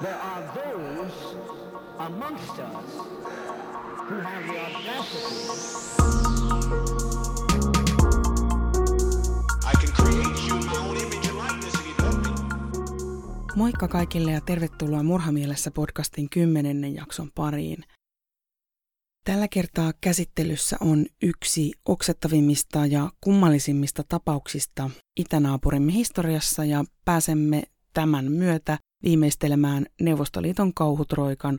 There are those amongst us who have the audacity. I can create you in my own image and likeness if you let me. Moikka kaikille ja tervetuloa Murhamielessä podcastin 10. jakson pariin. Tällä kertaa käsittelyssä on yksi oksettavimmista ja kummallisimmista tapauksista itänaapurimme historiassa ja pääsemme tämän myötä viimeistelemään Neuvostoliiton kauhutroikan,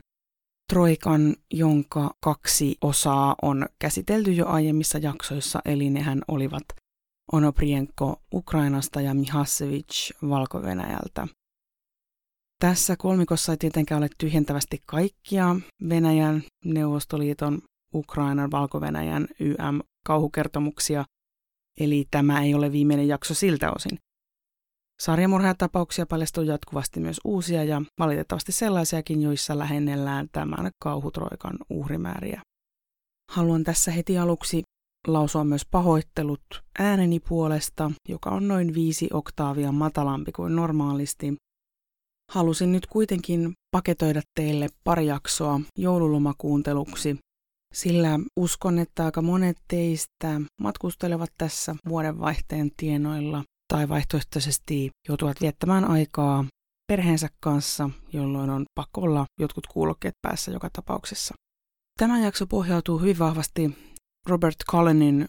jonka 2 osaa on käsitelty jo aiemmissa jaksoissa, eli nehän olivat Onoprienko Ukrainasta ja Mihasevich Valko-Venäjältä. Tässä kolmikossa ei tietenkään ole tyhjentävästi kaikkia Venäjän, Neuvostoliiton, Ukrainan, Valko-Venäjän kauhukertomuksia, eli tämä ei ole viimeinen jakso siltä osin. Sarjamurhatapauksia paljastuu jatkuvasti myös uusia ja valitettavasti sellaisiakin, joissa lähennellään tämän kauhutroikan uhrimääriä. Haluan tässä heti aluksi lausua myös pahoittelut ääneni puolesta, joka on noin 5 oktaavia matalampi kuin normaalisti. Halusin nyt kuitenkin paketoida teille pari jaksoa joululomakuunteluksi, sillä uskon, että aika monet teistä matkustelevat tässä vuodenvaihteen tienoilla tai vaihtoehtoisesti joutuvat viettämään aikaa perheensä kanssa, jolloin on pakko olla jotkut kuulokkeet päässä joka tapauksessa. Tämä jakso pohjautuu hyvin vahvasti Robert Cullenin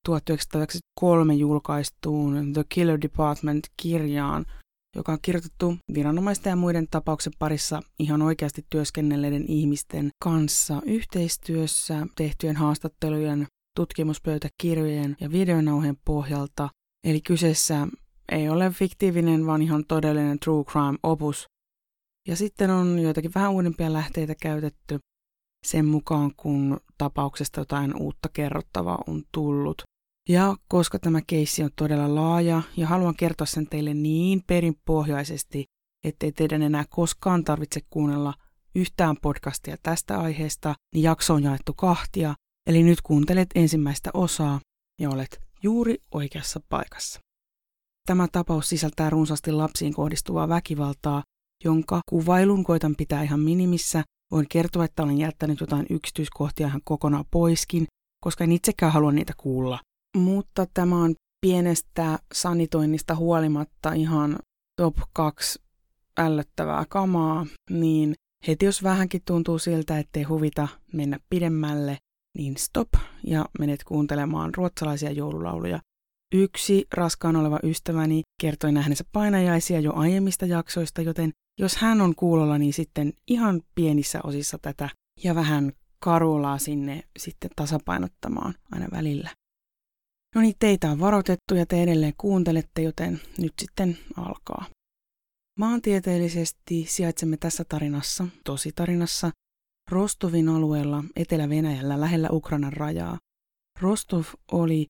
1993 julkaistuun The Killer Department-kirjaan, joka on kirjoitettu viranomaisten ja muiden tapauksen parissa ihan oikeasti työskennelleiden ihmisten kanssa yhteistyössä tehtyjen haastattelujen, tutkimuspöytäkirjojen ja videonauheen pohjalta. Eli kyseessä ei ole fiktiivinen, vaan ihan todellinen true crime opus. Ja sitten on joitakin vähän uudempia lähteitä käytetty sen mukaan, kun tapauksesta jotain uutta kerrottavaa on tullut. Ja koska tämä keissi on todella laaja ja haluan kertoa sen teille niin perinpohjaisesti, ettei teidän enää koskaan tarvitse kuunnella yhtään podcastia tästä aiheesta, niin jakso on jaettu 2, eli nyt kuuntelet ensimmäistä osaa ja olet juuri oikeassa paikassa. Tämä tapaus sisältää runsaasti lapsiin kohdistuvaa väkivaltaa, jonka kuvailun koitan pitää ihan minimissä. Voin kertoa, että olen jättänyt jotain yksityiskohtia ihan kokonaan poiskin, koska en itsekään halua niitä kuulla. Mutta tämä on pienestä sanitoinnista huolimatta ihan top 2 ällöttävää kamaa, niin heti jos vähänkin tuntuu siltä, ettei huvita mennä pidemmälle, niin stop ja menet kuuntelemaan ruotsalaisia joululauluja. Yksi raskaan oleva ystäväni kertoi nähneensä painajaisia jo aiemmista jaksoista, joten jos hän on kuulolla, niin sitten ihan pienissä osissa tätä ja vähän karulaa sinne sitten tasapainottamaan aina välillä. No niin, teitä on varoitettu ja te edelleen kuuntelette, joten nyt sitten alkaa. Maantieteellisesti sijaitsemme tässä tarinassa, tositarinassa, Rostovin alueella Etelä-Venäjällä lähellä Ukrainan rajaa. Rostov oli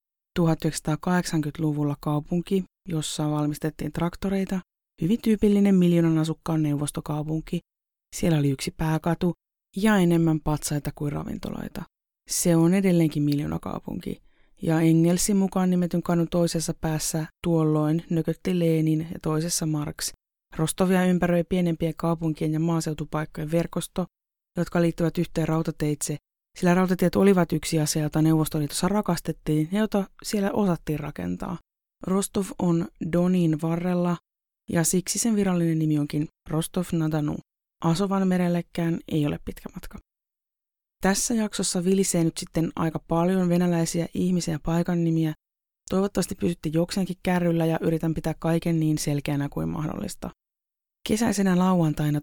1980-luvulla kaupunki, jossa valmistettiin traktoreita, hyvin tyypillinen 1 miljoonan asukkaan neuvostokaupunki. Siellä oli yksi pääkatu ja enemmän patsaita kuin ravintoloita. Se on edelleenkin miljoonakaupunki. Ja Engelsin mukaan nimetyn kadun toisessa päässä tuolloin nökötti Lenin ja toisessa Marx. Rostovia ympäröi pienempien kaupunkien ja maaseutupaikkojen verkosto, jotka liittyvät yhteen rautateitse, sillä rautatiet olivat yksi asia, jota Neuvostoliitossa rakastettiin ja jota siellä osattiin rakentaa. Rostov on Donin varrella ja siksi sen virallinen nimi onkin Rostov-na-Donu. Asovan merellekään ei ole pitkä matka. Tässä jaksossa vilisee nyt sitten aika paljon venäläisiä ihmisiä ja paikan nimiä. Toivottavasti pysytte jokseenkin kärryllä ja yritän pitää kaiken niin selkeänä kuin mahdollista. Kesäisenä lauantaina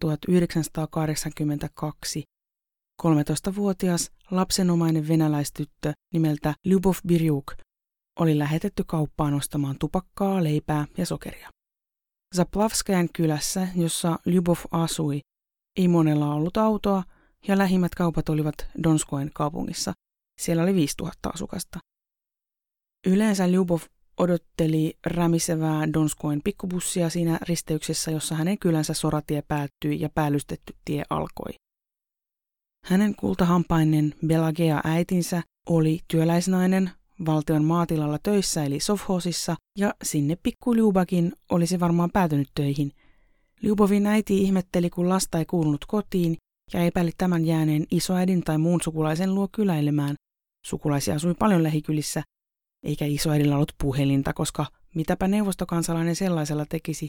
1982 13-vuotias lapsenomainen venäläistyttö nimeltä Lyubov Biryuk oli lähetetty kauppaan ostamaan tupakkaa, leipää ja sokeria. Zaplavskajan kylässä, jossa Lyubov asui, ei monella ollut autoa ja lähimmät kaupat olivat Donskoen kaupungissa. Siellä oli 5000 asukasta. Yleensä Lyubov odotteli rämisevää Donskoen pikkubussia siinä risteyksessä, jossa hänen kylänsä soratie päättyi ja päällystetty tie alkoi. Hänen kultahampainen Belagea äitinsä oli työläisnainen valtion maatilalla töissä eli sovhoosissa ja sinne pikku Lyubakin olisi varmaan päätynyt töihin. Lyubovin äiti ihmetteli, kun lasta ei kuulunut kotiin ja epäili tämän jääneen isoäidin tai muun sukulaisen luo kyläilemään. Sukulaisia asui paljon lähikylissä, eikä isoäidillä ollut puhelinta, koska mitäpä neuvostokansalainen sellaisella tekisi.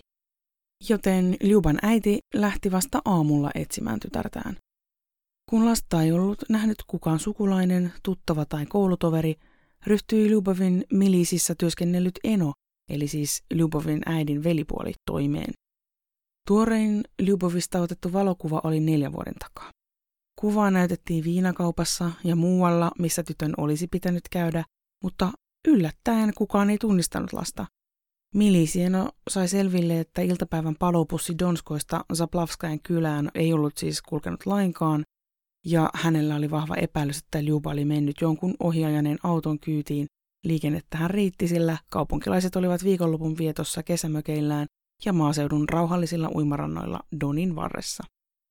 Joten Lyuban äiti lähti vasta aamulla etsimään tytärtään. Kun lasta ei ollut nähnyt kukaan sukulainen, tuttava tai koulutoveri, ryhtyi Lyubovin milisissä työskennellyt eno, eli siis Lyubovin äidin velipuoli, toimeen. Tuorein Lyubovista otettu valokuva oli 4 vuoden takaa. Kuvaa näytettiin viinakaupassa ja muualla, missä tytön olisi pitänyt käydä, mutta yllättäen kukaan ei tunnistanut lasta. Milisieno sai selville, että iltapäivän palopussi Donskoista Zaplavskajan kylään ei ollut siis kulkenut lainkaan, ja hänellä oli vahva epäilys, että Lyuba oli mennyt jonkun ohiajaneen auton kyytiin. Liikennettähän riitti, sillä kaupunkilaiset olivat viikonlopun vietossa kesämökeillään ja maaseudun rauhallisilla uimarannoilla Donin varressa.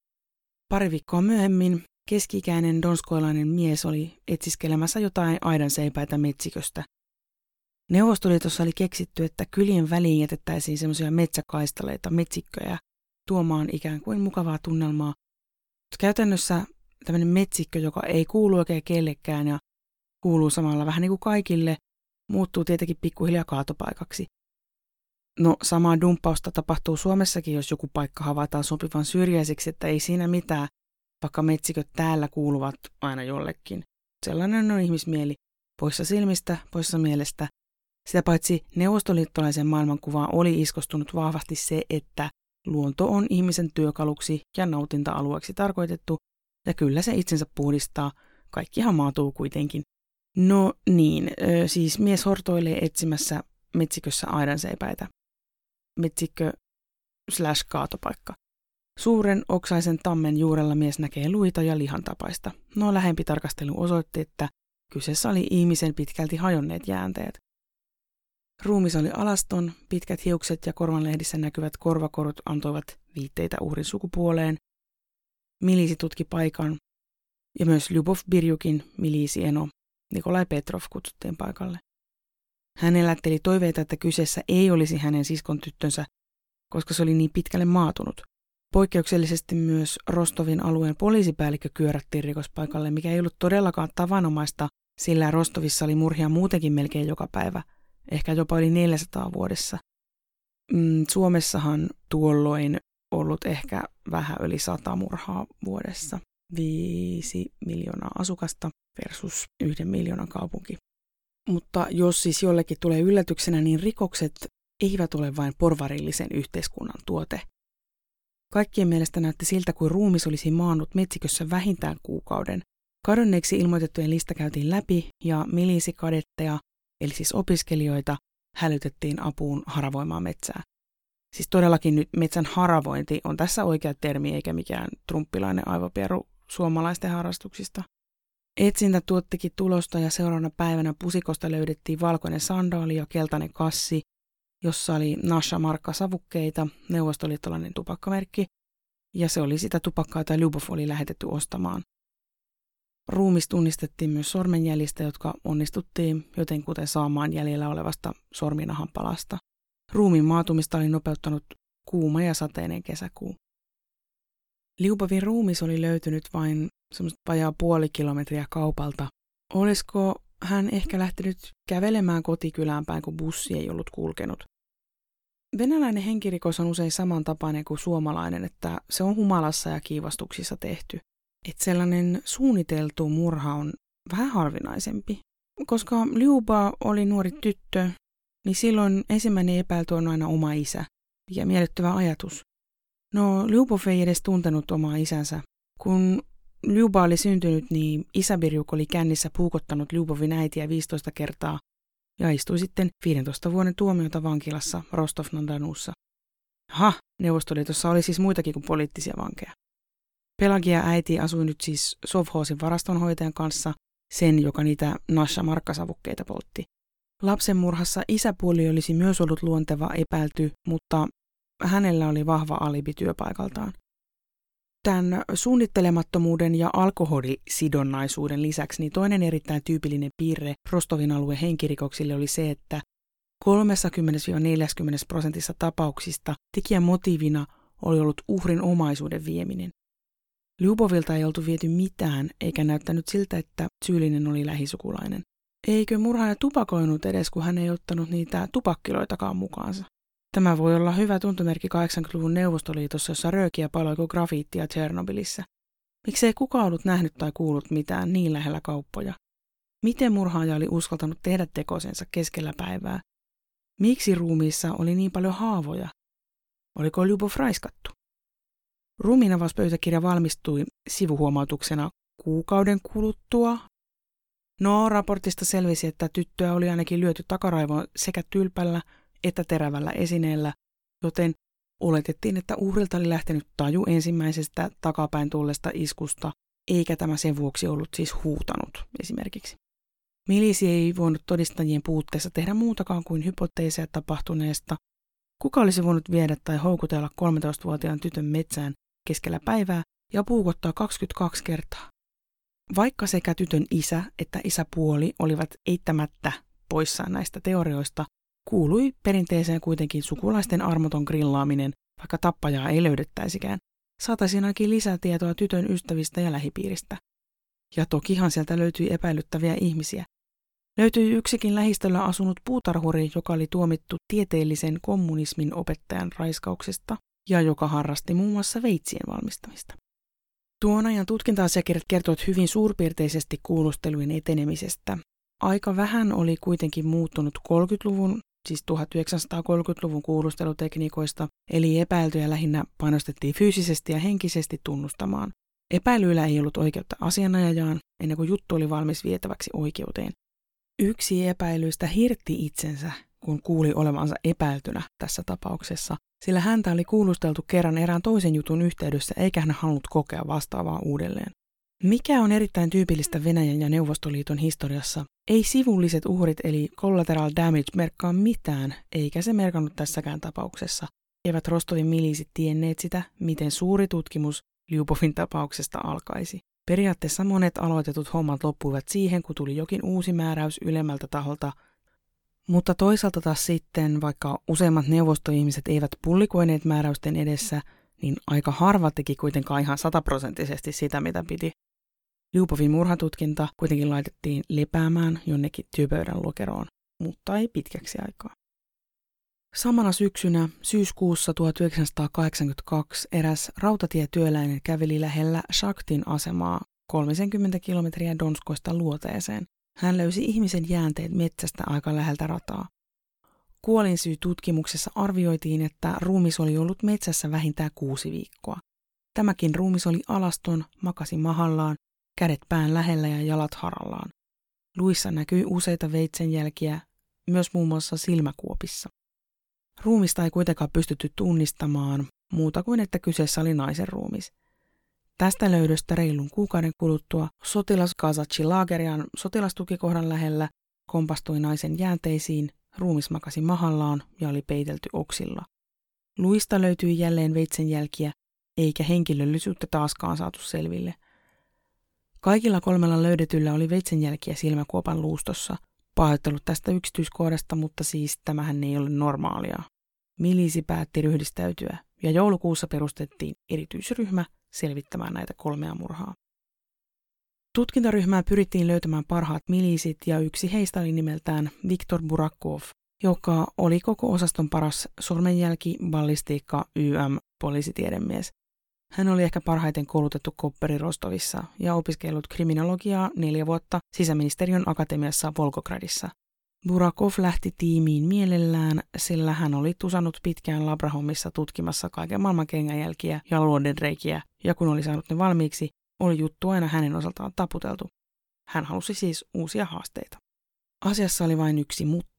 Pari viikkoa myöhemmin keski-ikäinen donskoilainen mies oli etsiskelemässä jotain aidanseipäitä metsiköstä. Neuvostoliitossa oli keksitty, että kylien väliin jätettäisiin semmoisia metsäkaistaleita, metsikköjä, tuomaan ikään kuin mukavaa tunnelmaa. Mutta käytännössä tämmöinen metsikkö, joka ei kuulu oikein kellekään ja kuuluu samalla vähän niin kuin kaikille, muuttuu tietenkin pikkuhiljaa kaatopaikaksi. No, samaa dumppausta tapahtuu Suomessakin, jos joku paikka havaitaan sopivan syrjäiseksi, että ei siinä mitään, vaikka metsiköt täällä kuuluvat aina jollekin. Sellainen on ihmismieli, poissa silmistä, poissa mielestä. Sitä paitsi neuvostoliittolaisen maailmankuvaan oli iskostunut vahvasti se, että luonto on ihmisen työkaluksi ja nautinta-alueeksi tarkoitettu, ja kyllä se itsensä puhdistaa, kaikkihan maatuu kuitenkin. No niin, siis mies hortoilee etsimässä metsikössä aidanseipäitä. Metsikkö / kaatopaikka. Suuren oksaisen tammen juurella mies näkee luita ja lihantapaista. No, lähempi tarkastelu osoitti, että kyseessä oli ihmisen pitkälti hajonneet jäänteet. Ruumis oli alaston, pitkät hiukset ja korvanlehdissä näkyvät korvakorut antoivat viitteitä uhrin sukupuoleen. Milisi tutki paikan ja myös Lyubov Birjukin milisieno Nikolai Petrov kutsuttiin paikalle. Hän elätteli toiveita, että kyseessä ei olisi hänen siskon tyttönsä, koska se oli niin pitkälle maatunut. Poikkeuksellisesti myös Rostovin alueen poliisipäällikkö kyörättiin rikospaikalle, mikä ei ollut todellakaan tavanomaista, sillä Rostovissa oli murhia muutenkin melkein joka päivä, ehkä jopa yli 400 vuodessa. Suomessahan tuolloin ollut ehkä vähän yli 100 murhaa vuodessa. 5 miljoonaa asukasta versus 1 miljoonan kaupunki. Mutta jos siis jollekin tulee yllätyksenä, niin rikokset eivät ole vain porvarillisen yhteiskunnan tuote. Kaikkien mielestä näytti siltä, kuin ruumis olisi maannut metsikössä vähintään kuukauden. Kadonneeksi ilmoitettujen lista käytiin läpi ja miliisikadetteja, eli siis opiskelijoita, hälytettiin apuun haravoimaan metsää. Siis todellakin nyt metsän haravointi on tässä oikea termi eikä mikään trumppilainen aivopieru suomalaisten harrastuksista. Etsintä tuottikin tulosta ja seuraavana päivänä pusikosta löydettiin valkoinen sandaali ja keltainen kassi, jossa oli Nasha-markka-savukkeita, neuvostoliittolainen tupakkamerkki, ja se oli sitä tupakkaa, jota Lyubov oli lähetetty ostamaan. Ruumis tunnistettiin myös sormenjäljistä, jotka onnistuttiin jotenkuten saamaan jäljellä olevasta sorminahan palasta. Ruumiin maatumista oli nopeuttanut kuuma ja sateinen kesäkuu. Lyubovin ruumis oli löytynyt vain semmoista vajaa puoli kilometriä kaupalta. Olisiko hän ehkä lähtenyt kävelemään kotikylään päin, kun bussi ei ollut kulkenut? Venäläinen henkirikos on usein samantapainen kuin suomalainen, että se on humalassa ja kiivastuksissa tehty. Että sellainen suunniteltu murha on vähän harvinaisempi. Koska Lyuba oli nuori tyttö, niin silloin ensimmäinen epäilty on aina oma isä. Ja miellyttävä ajatus. No, Lyubov ei edes tuntenut omaa isänsä. Kun Lyuba oli syntynyt, niin isä Birjuk oli kännissä puukottanut Lyubovin äitiä 15 kertaa ja istui sitten 15 vuoden tuomiota vankilassa Rostov-na-Donussa. Neuvostoliitossa oli siis muitakin kuin poliittisia vankeja. Pelagia äiti asui nyt siis sovhoosin varastonhoitajan kanssa, sen, joka niitä Nasha-markkasavukkeita poltti. Lapsen murhassa isäpuoli olisi myös ollut luonteva epäilty, mutta hänellä oli vahva alibi työpaikaltaan. Tämän suunnittelemattomuuden ja alkoholisidonnaisuuden lisäksi niin toinen erittäin tyypillinen piirre Rostovin alueen henkirikoksille oli se, että 30–40% tapauksista tekijän motiivina oli ollut uhrin omaisuuden vieminen. Ljubovilta ei oltu viety mitään, eikä näyttänyt siltä, että syyllinen oli lähisukulainen. Eikö murhaaja tupakoinut edes, kun hän ei ottanut niitä tupakkiloitakaan mukaansa? Tämä voi olla hyvä tuntomerkki 80-luvun Neuvostoliitossa, jossa röökiä paloi kuin grafiittia Tšernobylissä. Miksei kukaan ollut nähnyt tai kuullut mitään niin lähellä kauppoja? Miten murhaaja oli uskaltanut tehdä tekosensa keskellä päivää? Miksi ruumiissa oli niin paljon haavoja? Oliko Ljubov raiskattu? Ruumiinavauspöytäkirja valmistui sivuhuomautuksena kuukauden kuluttua. Raportista selvisi, että tyttöä oli ainakin lyöty takaraivoon sekä tylpällä että terävällä esineellä, joten oletettiin, että uhrilta oli lähtenyt taju ensimmäisestä takapäin tulleesta iskusta, eikä tämä sen vuoksi ollut siis huutanut esimerkiksi. Milisi ei voinut todistajien puutteessa tehdä muutakaan kuin hypoteeseja tapahtuneesta. Kuka olisi voinut viedä tai houkutella 13-vuotiaan tytön metsään keskellä päivää ja puukottaa 22 kertaa? Vaikka sekä tytön isä että isäpuoli olivat eittämättä poissaan näistä teorioista, kuului perinteeseen kuitenkin sukulaisten armoton grillaaminen, vaikka tappajaa ei löydettäisikään. Saataisiin ainakin lisää tietoa tytön ystävistä ja lähipiiristä. Ja tokihan sieltä löytyi epäilyttäviä ihmisiä. Löytyi yksikin lähistöllä asunut puutarhuri, joka oli tuomittu tieteellisen kommunismin opettajan raiskauksesta ja joka harrasti muun muassa veitsien valmistamista. Tuon ajan tutkinta-asiakirjat kertovat hyvin suurpiirteisesti kuulustelujen etenemisestä. Aika vähän oli kuitenkin muuttunut 30-luvun, siis 1930-luvun kuulustelutekniikoista, eli epäiltyjä lähinnä painostettiin fyysisesti ja henkisesti tunnustamaan. Epäilyillä ei ollut oikeutta asianajajaan ennen kuin juttu oli valmis vietäväksi oikeuteen. Yksi epäilyistä hirtti itsensä, kun kuuli olevansa epäiltynä tässä tapauksessa, sillä häntä oli kuulusteltu kerran erään toisen jutun yhteydessä eikä hän halunnut kokea vastaavaa uudelleen. Mikä on erittäin tyypillistä Venäjän ja Neuvostoliiton historiassa? Ei sivulliset uhrit eli collateral damage merkkaa mitään, eikä se merkannut tässäkään tapauksessa. Eivät Rostovin miliisit tienneet sitä, miten suuri tutkimus Ljubovin tapauksesta alkaisi. Periaatteessa monet aloitetut hommat loppuivat siihen, kun tuli jokin uusi määräys ylemmältä taholta. Mutta toisaalta taas sitten, vaikka useimmat neuvostoihmiset eivät pullikoineet määräysten edessä, niin aika harva teki kuitenkaan ihan 100% sitä, mitä piti. Ljubovin murhatutkinta kuitenkin laitettiin lepäämään jonnekin työpöydän lokeroon, mutta ei pitkäksi aikaa. Samana syksynä, syyskuussa 1982, eräs rautatietyöläinen käveli lähellä Shaktin asemaa 30 kilometriä Donskoista luoteeseen. Hän löysi ihmisen jäänteet metsästä aika läheltä rataa. Kuolinsyytutkimuksessa arvioitiin, että ruumis oli ollut metsässä vähintään 6 viikkoa. Tämäkin ruumis oli alaston, makasi mahallaan, kädet pään lähellä ja jalat harallaan. Luissa näkyi useita veitsenjälkiä, myös muun muassa silmäkuopissa. Ruumista ei kuitenkaan pystytty tunnistamaan muuta kuin, että kyseessä oli naisen ruumis. Tästä löydöstä reilun kuukauden kuluttua sotilas Kazatchi-laagerian sotilastukikohdan lähellä kompastui naisen jäänteisiin, ruumis makasi mahallaan ja oli peitelty oksilla. Luista löytyi jälleen veitsenjälkiä, eikä henkilöllisyyttä taaskaan saatu selville. Kaikilla 3 löydetyllä oli veitsenjälkiä silmäkuopan luustossa. Pahoittelut tästä yksityiskohdasta, mutta siis tämähän ei ole normaalia. Miliisi päätti ryhdistäytyä ja joulukuussa perustettiin erityisryhmä selvittämään näitä 3 murhaa. Tutkintaryhmään pyrittiin löytämään parhaat miliisit ja yksi heistä oli nimeltään Viktor Burakov, joka oli koko osaston paras sormenjälki, ballistiikka, poliisitiedemies. Hän oli ehkä parhaiten koulutettu kopperi Rostovissa ja opiskellut kriminologiaa 4 vuotta sisäministeriön akatemiassa Volgogradissa. Burakov lähti tiimiin mielellään, sillä hän oli tusannut pitkään labrahommissa tutkimassa kaiken maailman kengänjälkiä ja luodenreikiä, ja kun oli saanut ne valmiiksi, oli juttu aina hänen osaltaan taputeltu. Hän halusi siis uusia haasteita. Asiassa oli vain yksi mutta.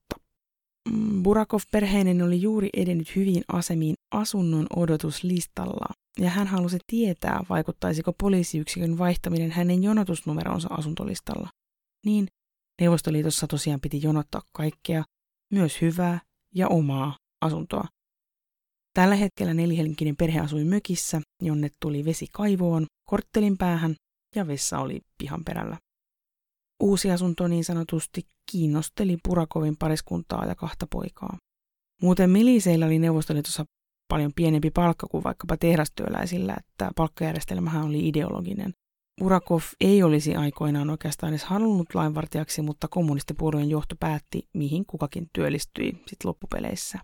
Burakov-perheinen oli juuri edennyt hyviin asemiin asunnon odotuslistalla, ja hän halusi tietää, vaikuttaisiko poliisiyksikön vaihtaminen hänen jonotusnumeronsa asuntolistalla. Niin, Neuvostoliitossa tosiaan piti jonottaa kaikkea, myös hyvää ja omaa asuntoa. Tällä hetkellä 4-henkinen perhe asui mökissä, jonne tuli vesi kaivoon, korttelin päähän ja vessa oli pihan perällä. Uusi asunto niin sanotusti kiinnosteli Burakovin pariskuntaa ja 2 poikaa. Muuten miliseillä oli Neuvostoliitossa paljon pienempi palkka kuin vaikkapa tehdastyöläisillä, että palkkajärjestelmähän oli ideologinen. Burakov ei olisi aikoinaan oikeastaan edes halunnut lainvartijaksi, mutta kommunistipuolueen johto päätti, mihin kukakin työllistyi sit loppupeleissä.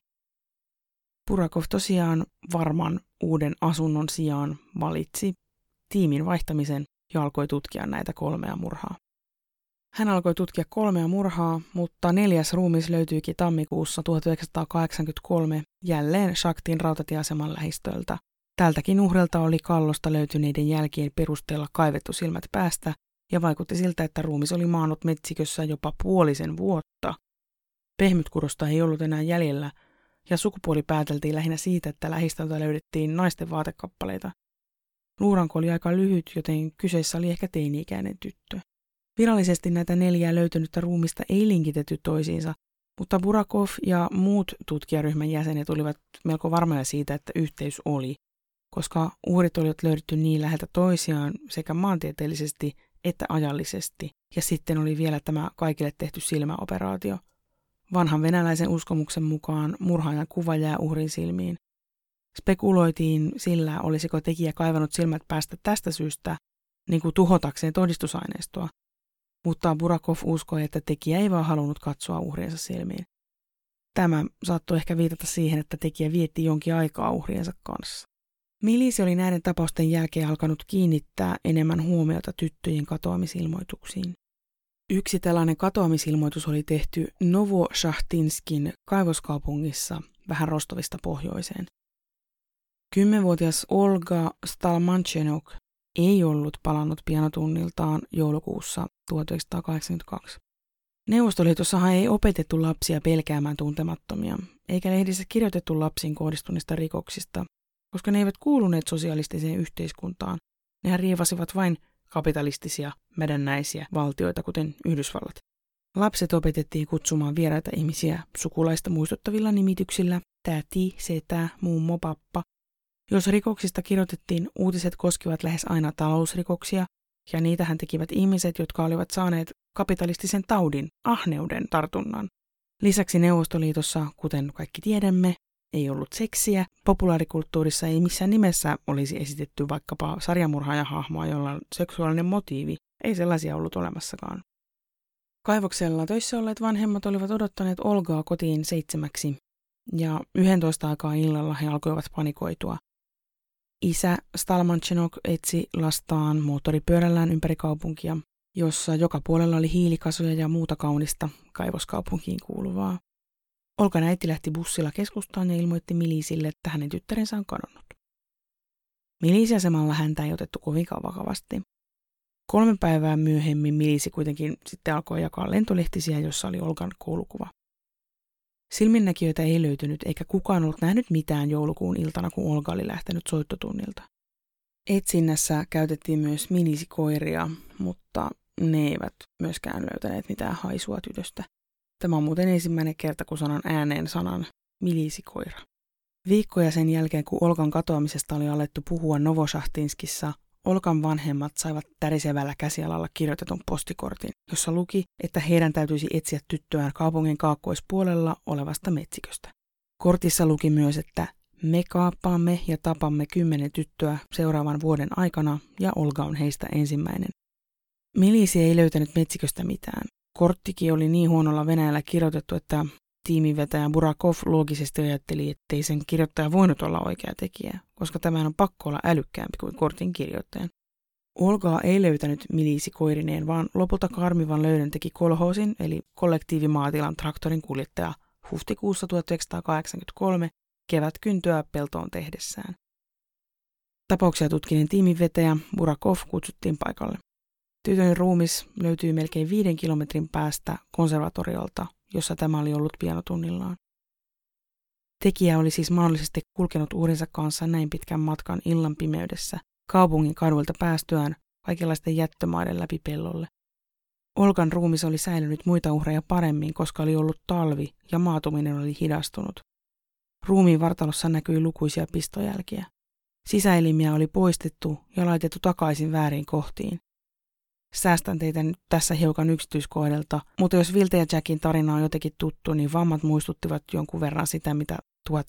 Burakov tosiaan varman uuden asunnon sijaan valitsi tiimin vaihtamisen ja alkoi tutkia näitä 3 murhaa. Hän alkoi tutkia 3 murhaa, mutta 4. ruumis löytyikin tammikuussa 1983 jälleen Shaktin rautatieaseman lähistöltä. Tältäkin uhrilta oli kallosta löytyneiden jälkien perusteella kaivettu silmät päästä ja vaikutti siltä, että ruumis oli maannut metsikössä jopa 5 vuotta. Pehmytkudosta ei ollut enää jäljellä ja sukupuoli pääteltiin lähinnä siitä, että lähistöltä löydettiin naisten vaatekappaleita. Luuranko oli aika lyhyt, joten kyseessä oli ehkä teini-ikäinen tyttö. Virallisesti näitä 4 löytynyttä ruumista ei linkitetty toisiinsa, mutta Burakov ja muut tutkijaryhmän jäsenet olivat melko varmoja siitä, että yhteys oli, koska uhrit olivat löydetty niin läheltä toisiaan sekä maantieteellisesti että ajallisesti. Ja sitten oli vielä tämä kaikille tehty silmäoperaatio. Vanhan venäläisen uskomuksen mukaan murhaajan kuva jää uhrin silmiin. Spekuloitiin sillä, olisiko tekijä kaivannut silmät päästä tästä syystä, niin kuin tuhotakseen todistusaineistoa. Mutta Burakov uskoi, että tekijä ei vaan halunnut katsoa uhriensa silmiin. Tämä saattoi ehkä viitata siihen, että tekijä vietti jonkin aikaa uhriensa kanssa. Milisi oli näiden tapausten jälkeen alkanut kiinnittää enemmän huomiota tyttöjen katoamisilmoituksiin. Yksi tällainen katoamisilmoitus oli tehty Novoshahtinskin kaivoskaupungissa vähän Rostovista pohjoiseen. 10-vuotias Olga Stalmanchenok ei ollut palannut pianotunniltaan joulukuussa 1982. Neuvostoliitossahan ei opetettu lapsia pelkäämään tuntemattomia, eikä lehdissä kirjoitettu lapsiin kohdistuneista rikoksista, koska ne eivät kuuluneet sosialistiseen yhteiskuntaan. Nehän riivasivat vain kapitalistisia, mädännäisiä valtioita, kuten Yhdysvallat. Lapset opetettiin kutsumaan vieraita ihmisiä sukulaista muistuttavilla nimityksillä, täti, setä, mummo, pappa. Jos rikoksista kirjoitettiin, uutiset koskivat lähes aina talousrikoksia, ja niitähän tekivät ihmiset, jotka olivat saaneet kapitalistisen taudin, ahneuden tartunnan. Lisäksi Neuvostoliitossa, kuten kaikki tiedämme, ei ollut seksiä. Populaarikulttuurissa ei missään nimessä olisi esitetty vaikkapa sarjamurhaajahahmoa, jolla on seksuaalinen motiivi. Ei sellaisia ollut olemassakaan. Kaivoksella töissä olleet vanhemmat olivat odottaneet Olgaa kotiin 7 ja 11 aikaa illalla he alkoivat panikoitua. Isä Stalmanchenok etsi lastaan moottoripyörällään ympäri kaupunkia, jossa joka puolella oli hiilikasoja ja muuta kaunista kaivoskaupunkiin kuuluvaa. Olkan äiti lähti bussilla keskustaan ja ilmoitti Milisille, että hänen tyttärensä on kadonnut. Milisiasemalla häntä ei otettu kovinkaan vakavasti. 3 päivää myöhemmin Milisi kuitenkin sitten alkoi jakaa lentolehtisiä, jossa oli Olgan koulukuva. Silminnäkijöitä ei löytynyt, eikä kukaan ollut nähnyt mitään joulukuun iltana, kun Olga oli lähtenyt soittotunnilta. Etsinnässä käytettiin myös milisikoiria, mutta ne eivät myöskään löytäneet mitään haisua tytöstä. Tämä on muuten ensimmäinen kerta, kun sanan ääneen sanan milisikoira. Viikkoja sen jälkeen, kun Olgan katoamisesta oli alettu puhua Novoshahtinskissa, Olkan vanhemmat saivat tärisevällä käsialalla kirjoitetun postikortin, jossa luki, että heidän täytyisi etsiä tyttöään kaupungin kaakkoispuolella olevasta metsiköstä. Kortissa luki myös, että me kaappaamme ja tapamme 10 tyttöä seuraavan vuoden aikana ja Olga on heistä ensimmäinen. Milisi ei löytänyt metsiköstä mitään. Korttikin oli niin huonolla venäjällä kirjoitettu, että tiimivetäjä Burakov loogisesti ajatteli, ettei sen kirjoittaja voinut olla oikea tekijä, koska tämän on pakko olla älykkäämpi kuin kortin kirjoittajan. Olgaa ei löytänyt Milisi koirineen, vaan lopulta karmivan löydön teki kolhoosin, eli kollektiivimaatilan traktorin kuljettaja huhtikuussa 1983 kevätkyntöä peltoon tehdessään. Tapauksia tutkineen tiimivetäjä Burakov kutsuttiin paikalle. Tytön ruumis löytyi melkein 5 kilometrin päästä konservatoriolta, jossa tämä oli ollut pianotunnillaan. Tekijä oli siis mahdollisesti kulkenut uhrinsa kanssa näin pitkän matkan illan pimeydessä, kaupungin kaduilta päästyään kaikenlaisten jättömaiden läpi pellolle. Olgan ruumis oli säilynyt muita uhreja paremmin, koska oli ollut talvi ja maatuminen oli hidastunut. Ruumiin vartalossa näkyi lukuisia pistojälkiä. Sisäelimiä oli poistettu ja laitettu takaisin väärin kohtiin. Säästän teitä nyt tässä hiukan yksityiskohdilta, mutta jos Vilte ja Jackin tarina on jotenkin tuttu, niin vammat muistuttivat jonkun verran sitä, mitä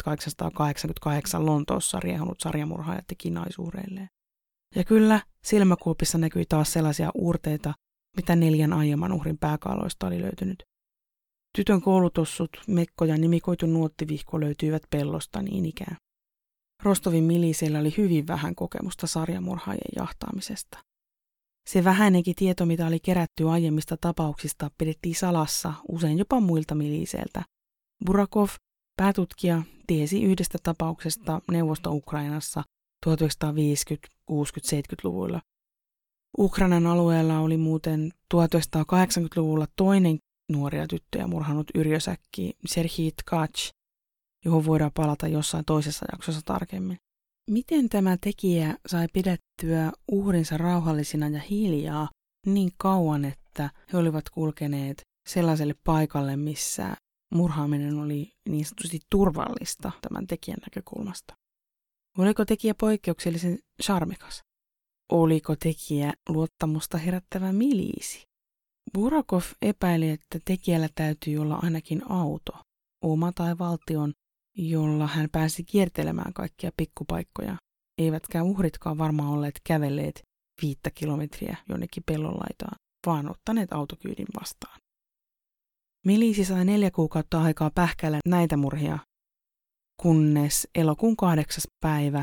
1888 Lontoossa riehunut sarjamurhaaja teki naisuhreilleen. Ja kyllä, silmäkuopissa näkyi taas sellaisia uurteita, mitä 4 aiemman uhrin pääkaaloista oli löytynyt. Tytön koulutossut, mekko ja nimikoitu nuottivihko löytyivät pellosta niin ikään. Rostovin miliisillä oli hyvin vähän kokemusta sarjamurhaajien jahtaamisesta. Se vähäinenkin tieto, mitä oli kerätty aiemmista tapauksista, pidettiin salassa, usein jopa muilta miliiseiltä. Burakov, päätutkija, tiesi yhdestä tapauksesta Neuvosto-Ukrainassa 1950-, 60-, 70-luvuilla. Ukrainan alueella oli muuten 1980-luvulla toinen nuoria tyttöjä murhannut yrjösäkki Serhii Tkach, johon voidaan palata jossain toisessa jaksossa tarkemmin. Miten tämä tekijä sai pidettyä uhrinsa rauhallisina ja hiljaa niin kauan, että he olivat kulkeneet sellaiselle paikalle, missä murhaaminen oli niin sanotusti turvallista tämän tekijän näkökulmasta? Oliko tekijä poikkeuksellisen charmikas? Oliko tekijä luottamusta herättävä miliisi? Burakov epäili, että tekijällä täytyy olla ainakin auto, oma tai valtion, jolla hän pääsi kiertelemään kaikkia pikkupaikkoja. Eivätkä uhritkaan varmaan olleet kävelleet 5 kilometriä jonnekin pellonlaitaan, vaan ottaneet autokyydin vastaan. Miliisi sai 4 kuukautta aikaa pähkäillä näitä murhia, kunnes elokuun 8. päivä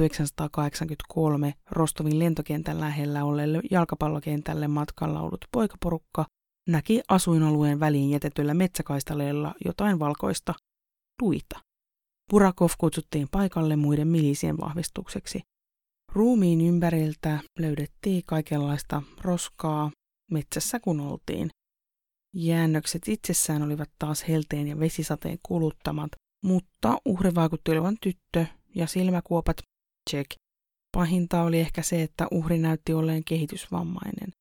1983 Rostovin lentokentän lähellä olleelle jalkapallokentälle matkalla ollut poikaporukka näki asuinalueen väliin jätetyllä metsäkaistaleella jotain valkoista luita. Burakov kutsuttiin paikalle muiden miliisien vahvistukseksi. Ruumiin ympäriltä löydettiin kaikenlaista roskaa metsässä kun oltiin. Jäännökset itsessään olivat taas helteen ja vesisateen kuluttamat, mutta uhri vaikutti olevan tyttö ja silmäkuopat check. Pahinta oli ehkä se, että uhri näytti olleen kehitysvammainen.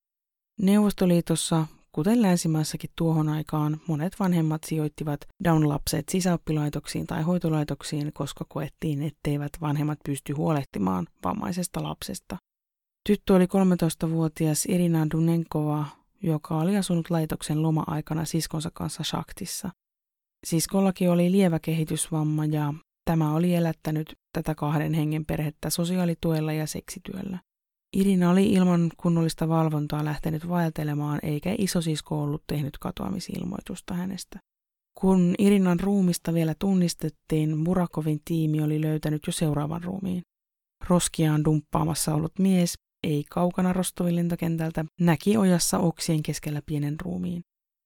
Neuvostoliitossa, kuten länsimaissakin tuohon aikaan, monet vanhemmat sijoittivat Down-lapset sisäoppilaitoksiin tai hoitolaitoksiin, koska koettiin, etteivät vanhemmat pysty huolehtimaan vammaisesta lapsesta. Tyttö oli 13-vuotias Irina Dunenkova, joka oli asunut laitoksen loma-aikana siskonsa kanssa Shaktissa. Siskollakin oli lievä kehitysvamma ja tämä oli elättänyt tätä 2 hengen perhettä sosiaalituella ja seksityöllä. Irina oli ilman kunnollista valvontaa lähtenyt vaeltelemaan eikä isosisko ollut tehnyt katoamisilmoitusta hänestä. Kun Irinan ruumista vielä tunnistettiin, Burakovin tiimi oli löytänyt jo seuraavan ruumiin. Roskiaan dumppaamassa ollut mies, ei kaukana Rostovin lentokentältä, näki ojassa oksien keskellä pienen ruumiin.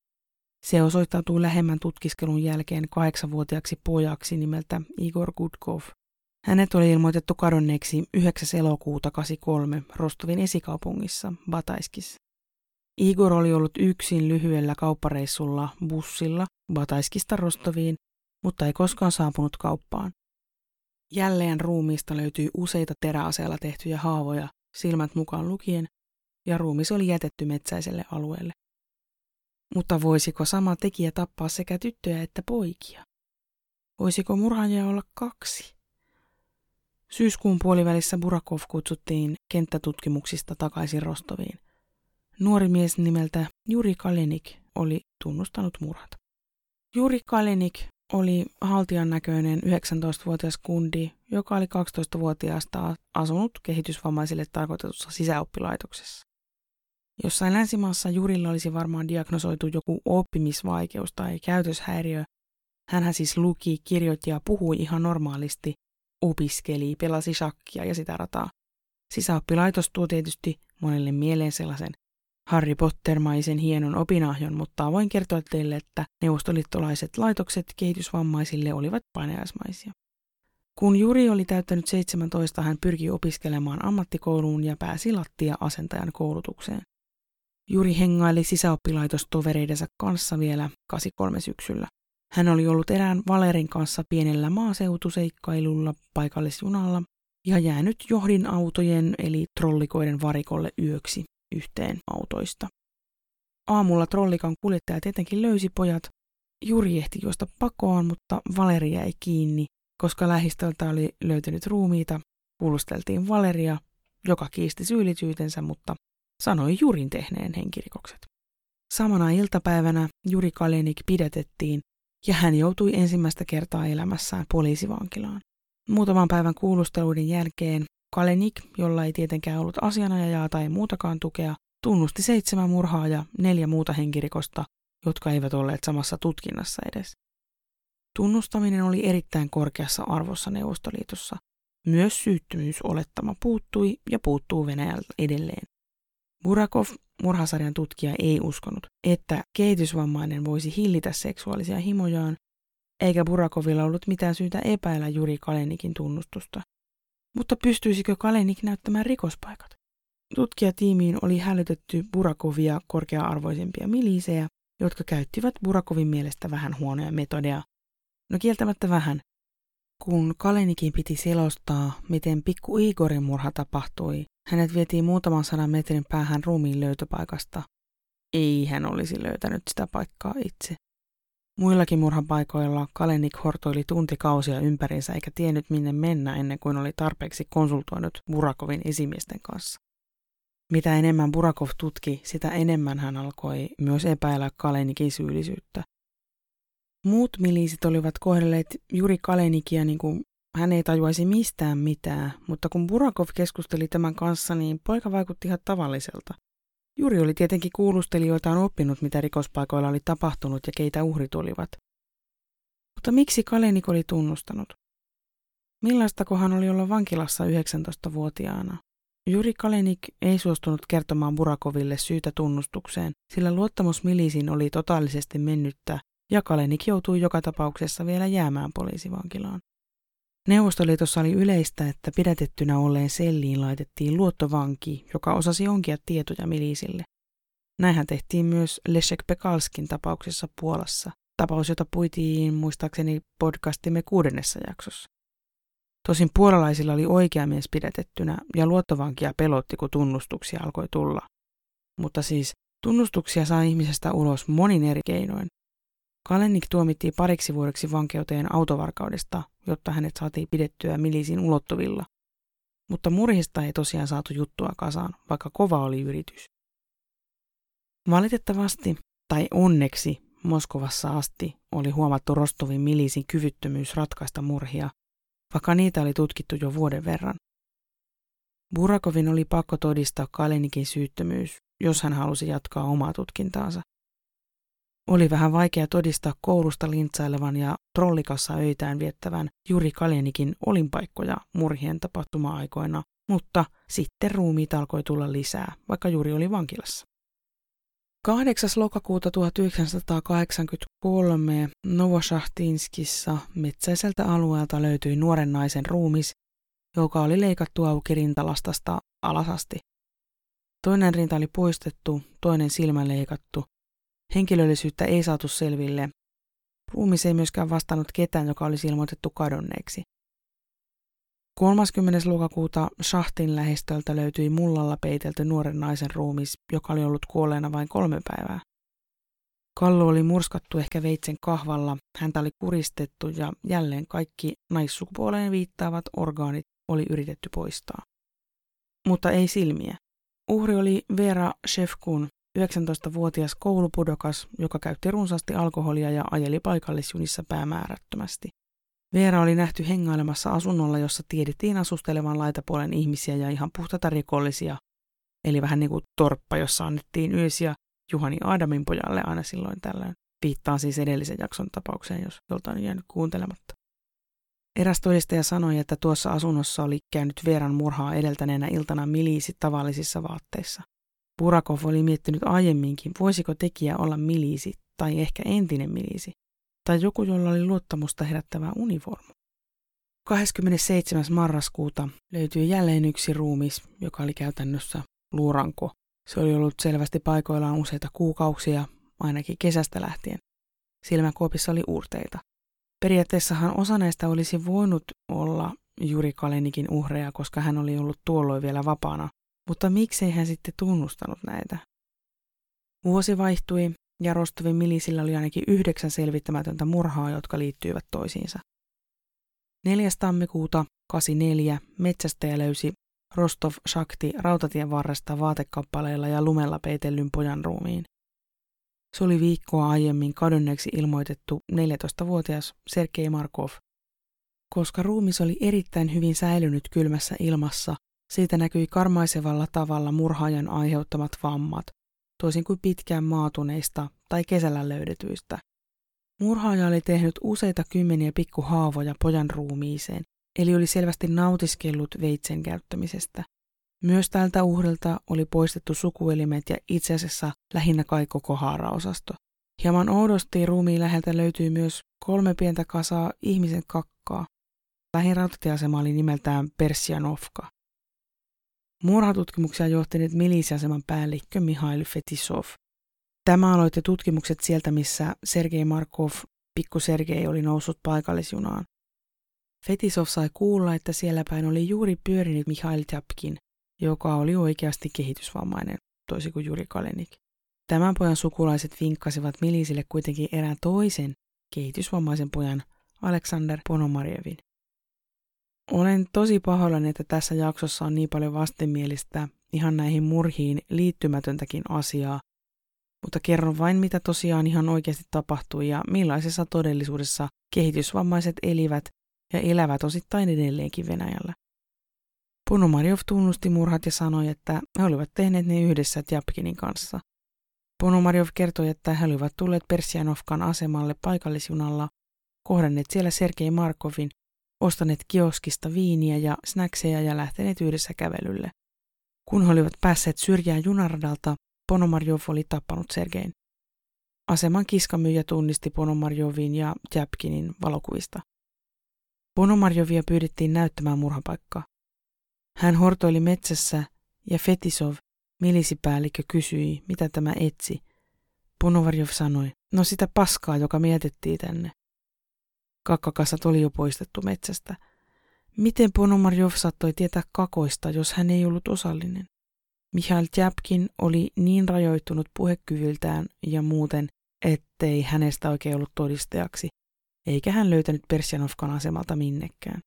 Se osoittautui lähemmän tutkiskelun jälkeen 8-vuotiaaksi pojaksi nimeltä Igor Gudkov. Hänet oli ilmoitettu kadonneeksi 9. elokuuta 1983 Rostovin esikaupungissa Bataiskissa. Igor oli ollut yksin lyhyellä kauppareissulla bussilla Bataiskista Rostoviin, mutta ei koskaan saapunut kauppaan. Jälleen ruumiista löytyi useita teräaseella tehtyjä haavoja, silmät mukaan lukien, ja ruumis oli jätetty metsäiselle alueelle. Mutta voisiko sama tekijä tappaa sekä tyttöjä että poikia? Voisiko murhaajia olla 2? Syyskuun puolivälissä Burakov kutsuttiin kenttätutkimuksista takaisin Rostoviin. Nuori mies nimeltä Juri Kalenik oli tunnustanut murhat. Juri Kalenik oli haltijan näköinen 19-vuotias kundi, joka oli 12-vuotiaasta asunut kehitysvammaisille tarkoitetussa sisäoppilaitoksessa. Jossain länsimaassa Jurilla olisi varmaan diagnosoitu joku oppimisvaikeus tai käytöshäiriö. Hänhän siis luki, kirjoitti ja puhui ihan normaalisti, opiskeli, pelasi shakkia ja sitä rataa. Sisäoppilaitos tuo tietysti monelle mieleen sellaisen Harry Potter-maisen hienon opinahjon, mutta voin kertoa teille, että neuvostoliittolaiset laitokset kehitysvammaisille olivat painajaismaisia. Kun Juri oli täyttänyt 17, hän pyrki opiskelemaan ammattikouluun ja pääsi lattia-asentajan koulutukseen. Juri hengaili sisäoppilaitostovereidensa kanssa vielä 83 syksyllä. Hän oli ollut erään Valerin kanssa pienellä maaseutuseikkailulla paikallisjunalla ja jäänyt johdinautojen eli trollikoiden varikolle yöksi yhteen autoista. Aamulla trollikan kuljettaja tietenkin löysi pojat. Juri ehti juosta pakoon, mutta Valeri jäi kiinni, koska lähistöltä oli löytynyt ruumiita. Kuulusteltiin Valeria, joka kiisti syyllisyytensä, mutta sanoi Jurin tehneen henkirikokset. Samana iltapäivänä Juri Kalenik pidätettiin ja hän joutui ensimmäistä kertaa elämässään poliisivankilaan. Muutaman päivän kuulusteluiden jälkeen Kalenik, jolla ei tietenkään ollut asianajajaa tai muutakaan tukea, tunnusti 7 murhaa ja 4 muuta henkirikosta, jotka eivät olleet samassa tutkinnassa edes. Tunnustaminen oli erittäin korkeassa arvossa Neuvostoliitossa. Myös syyttömyysolettama puuttui ja puuttuu Venäjältä edelleen. Burakov, murhasarjan tutkija, ei uskonut, että kehitysvammainen voisi hillitä seksuaalisia himojaan, eikä Burakovilla ollut mitään syytä epäillä Juri Kalenikin tunnustusta. Mutta pystyisikö Kalenik näyttämään rikospaikat? Tutkijatiimiin oli hälytetty Burakovia korkea-arvoisempia miliisejä, jotka käyttivät Burakovin mielestä vähän huonoja metodeja. No kieltämättä vähän. Kun Kalenikin piti selostaa, miten pikku Igorin murha tapahtui, hänet vietiin muutaman 100 metrin päähän ruumiin löytöpaikasta. Ei hän olisi löytänyt sitä paikkaa itse. Muillakin murhapaikoilla Kalenik hortoili tuntikausia ympärinsä eikä tiennyt minne mennä ennen kuin oli tarpeeksi konsultoinut Burakovin esimiesten kanssa. Mitä enemmän Burakov tutki, sitä enemmän hän alkoi myös epäillä Kalenikin syyllisyyttä. Muut miliisit olivat kohdelleet Juri Kalenikia niin kuin hän ei tajuaisi mistään mitään, mutta kun Burakov keskusteli tämän kanssa, niin poika vaikutti ihan tavalliselta. Juri oli tietenkin kuulustelijoiltaan oppinut, mitä rikospaikoilla oli tapahtunut ja keitä uhrit olivat. Mutta miksi Kalenik oli tunnustanut? Millaistakohan oli olla vankilassa 19-vuotiaana? Juri Kalenik ei suostunut kertomaan Burakoville syytä tunnustukseen, sillä luottamus miliisiin oli totaalisesti mennyttä ja Kalenik joutui joka tapauksessa vielä jäämään poliisivankilaan. Neuvostoliitossa oli yleistä, että pidätettynä olleen selliin laitettiin luottovanki, joka osasi onkia tietoja miliisille. Näinhän tehtiin myös Leszek Pekalskin tapauksessa Puolassa, tapaus, jota puitiin muistaakseni podcastimme 6. jaksossa. Tosin puolalaisilla oli oikea mies pidätettynä ja luottovankia pelotti, kun tunnustuksia alkoi tulla. Mutta siis tunnustuksia saa ihmisestä ulos monin eri keinoin. Kalenik tuomittiin 2 vuodeksi vankeuteen autovarkaudesta, jotta hänet saatiin pidettyä miliisin ulottuvilla. Mutta murhista ei tosiaan saatu juttua kasaan, vaikka kova oli yritys. Valitettavasti, tai onneksi, Moskovassa asti oli huomattu Rostovin miliisin kyvyttömyys ratkaista murhia, vaikka niitä oli tutkittu jo vuoden verran. Burakovin oli pakko todistaa Kalenikin syyttömyys, jos hän halusi jatkaa omaa tutkintaansa. Oli vähän vaikea todistaa koulusta lintsailevan ja trollikassa öitään viettävän Juri Kalenikin olinpaikkoja murhien tapahtuma-aikoina, mutta sitten ruumiit alkoi tulla lisää, vaikka Juri oli vankilassa. 8. lokakuuta 1983 Novoshahtinskissa metsäiseltä alueelta löytyi nuoren naisen ruumis, joka oli leikattu auki rintalastasta alasasti. Toinen rinta oli poistettu, toinen silmä leikattu. Henkilöllisyyttä ei saatu selville. Ruumis ei myöskään vastannut ketään, joka olisi ilmoitettu kadonneeksi. 30. lokakuuta Shahtin lähistöltä löytyi mullalla peitelty nuoren naisen ruumis, joka oli ollut kuolleena vain 3 päivää. Kallo oli murskattu ehkä veitsen kahvalla, häntä oli kuristettu ja jälleen kaikki naissukupuoleen viittaavat orgaanit oli yritetty poistaa. Mutta ei silmiä. Uhri oli Vera Shevkun, 19-vuotias koulupudokas, joka käytti runsaasti alkoholia ja ajeli paikallisjunissa päämäärättömästi. Veera oli nähty hengailemassa asunnolla, jossa tiedettiin asustelevan laitapuolen ihmisiä ja ihan puhtaita rikollisia, eli vähän niin kuin torppa, jossa annettiin yösiä Juhani Aadamin pojalle aina silloin tällöin. Viittaan siis edellisen jakson tapaukseen, jos joltain on jäänyt kuuntelematta. Eräs todistaja sanoi, että tuossa asunnossa oli käynyt Veeran murhaa edeltäneenä iltana miliisi tavallisissa vaatteissa. Burakov oli miettinyt aiemminkin, voisiko tekijä olla miliisi tai ehkä entinen miliisi, tai joku, jolla oli luottamusta herättävä univormu. 27. marraskuuta löytyi jälleen yksi ruumis, joka oli käytännössä luuranko. Se oli ollut selvästi paikoillaan useita kuukausia, ainakin kesästä lähtien. Silmäkuopissa oli uurteita. Periaatteessahan osa näistä olisi voinut olla Juri Kalenikin uhreja, koska hän oli ollut tuolloin vielä vapaana, mutta miksei hän sitten tunnustanut näitä? Vuosi vaihtui ja Rostovin miliisillä oli ainakin 9 selvittämätöntä murhaa, jotka liittyivät toisiinsa. 4. tammikuuta 1984 metsästäjä löysi Rostov shakti rautatien varresta vaatekappaleilla ja lumella peitellyn pojan ruumiin. Se oli viikkoa aiemmin kadonneeksi ilmoitettu 14-vuotias Sergei Markov. Koska ruumis oli erittäin hyvin säilynyt kylmässä ilmassa, siitä näkyi karmaisevalla tavalla murhaajan aiheuttamat vammat, toisin kuin pitkään maatuneista tai kesällä löydetyistä. Murhaaja oli tehnyt useita kymmeniä pikkuhaavoja pojan ruumiiseen, eli oli selvästi nautiskellut veitsen käyttämisestä. Myös tältä uhrilta oli poistettu sukuelimet ja itse asiassa lähinnä kai koko haaraosasto. Hieman oudosti ruumiin läheltä löytyi myös 3 pientä kasaa ihmisen kakkaa. Lähin rautatieasema oli nimeltään Persianovka. Murhatutkimuksia johtanut milisiaseman päällikkö Mihail Fetisov. Tämä aloitti tutkimukset sieltä, missä Sergei Markov, pikku Sergei, oli noussut paikallisjunaan. Fetisov sai kuulla, että siellä päin oli juuri pyörinyt Mihail Tjapkin, joka oli oikeasti kehitysvammainen, toisin kuin Juri Kalenik. Tämän pojan sukulaiset vinkkasivat milisille kuitenkin erään toisen kehitysvammaisen pojan, Aleksander Ponomarjevin. Olen tosi pahoillani, että tässä jaksossa on niin paljon vastenmielistä ihan näihin murhiin liittymätöntäkin asiaa, mutta kerron vain, mitä tosiaan ihan oikeasti tapahtui ja millaisessa todellisuudessa kehitysvammaiset elivät ja elävät osittain edelleenkin Venäjällä. Ponomarjov tunnusti murhat ja sanoi, että he olivat tehneet ne yhdessä Tjapkinin kanssa. Ponomarjov kertoi, että he olivat tulleet Persianovkan asemalle paikallisjunalla, kohdanneet siellä Sergei Markovin, ostaneet kioskista viiniä ja snackseja ja lähteneet yhdessä kävelylle. Kun he olivat päässeet syrjään junaradalta, Ponomarjov oli tappanut Sergein. Aseman kiskamyyjä tunnisti Ponomarjovin ja Tjapkinin valokuvista. Ponomarjovia pyydettiin näyttämään murhapaikkaa. Hän hortoili metsässä ja Fetisov, milisipäällikkö, kysyi, mitä tämä etsi. Ponomarjov sanoi, no sitä paskaa, joka me jätettiin tänne. Kakkakassat oli jo poistettu metsästä. Miten Ponomarjov saattoi tietää kakoista, jos hän ei ollut osallinen? Mihail Tjapkin oli niin rajoittunut puhekyvyltään ja muuten, ettei hänestä oikein ollut todistajaksi, eikä hän löytänyt Persianovkan asemalta minnekään.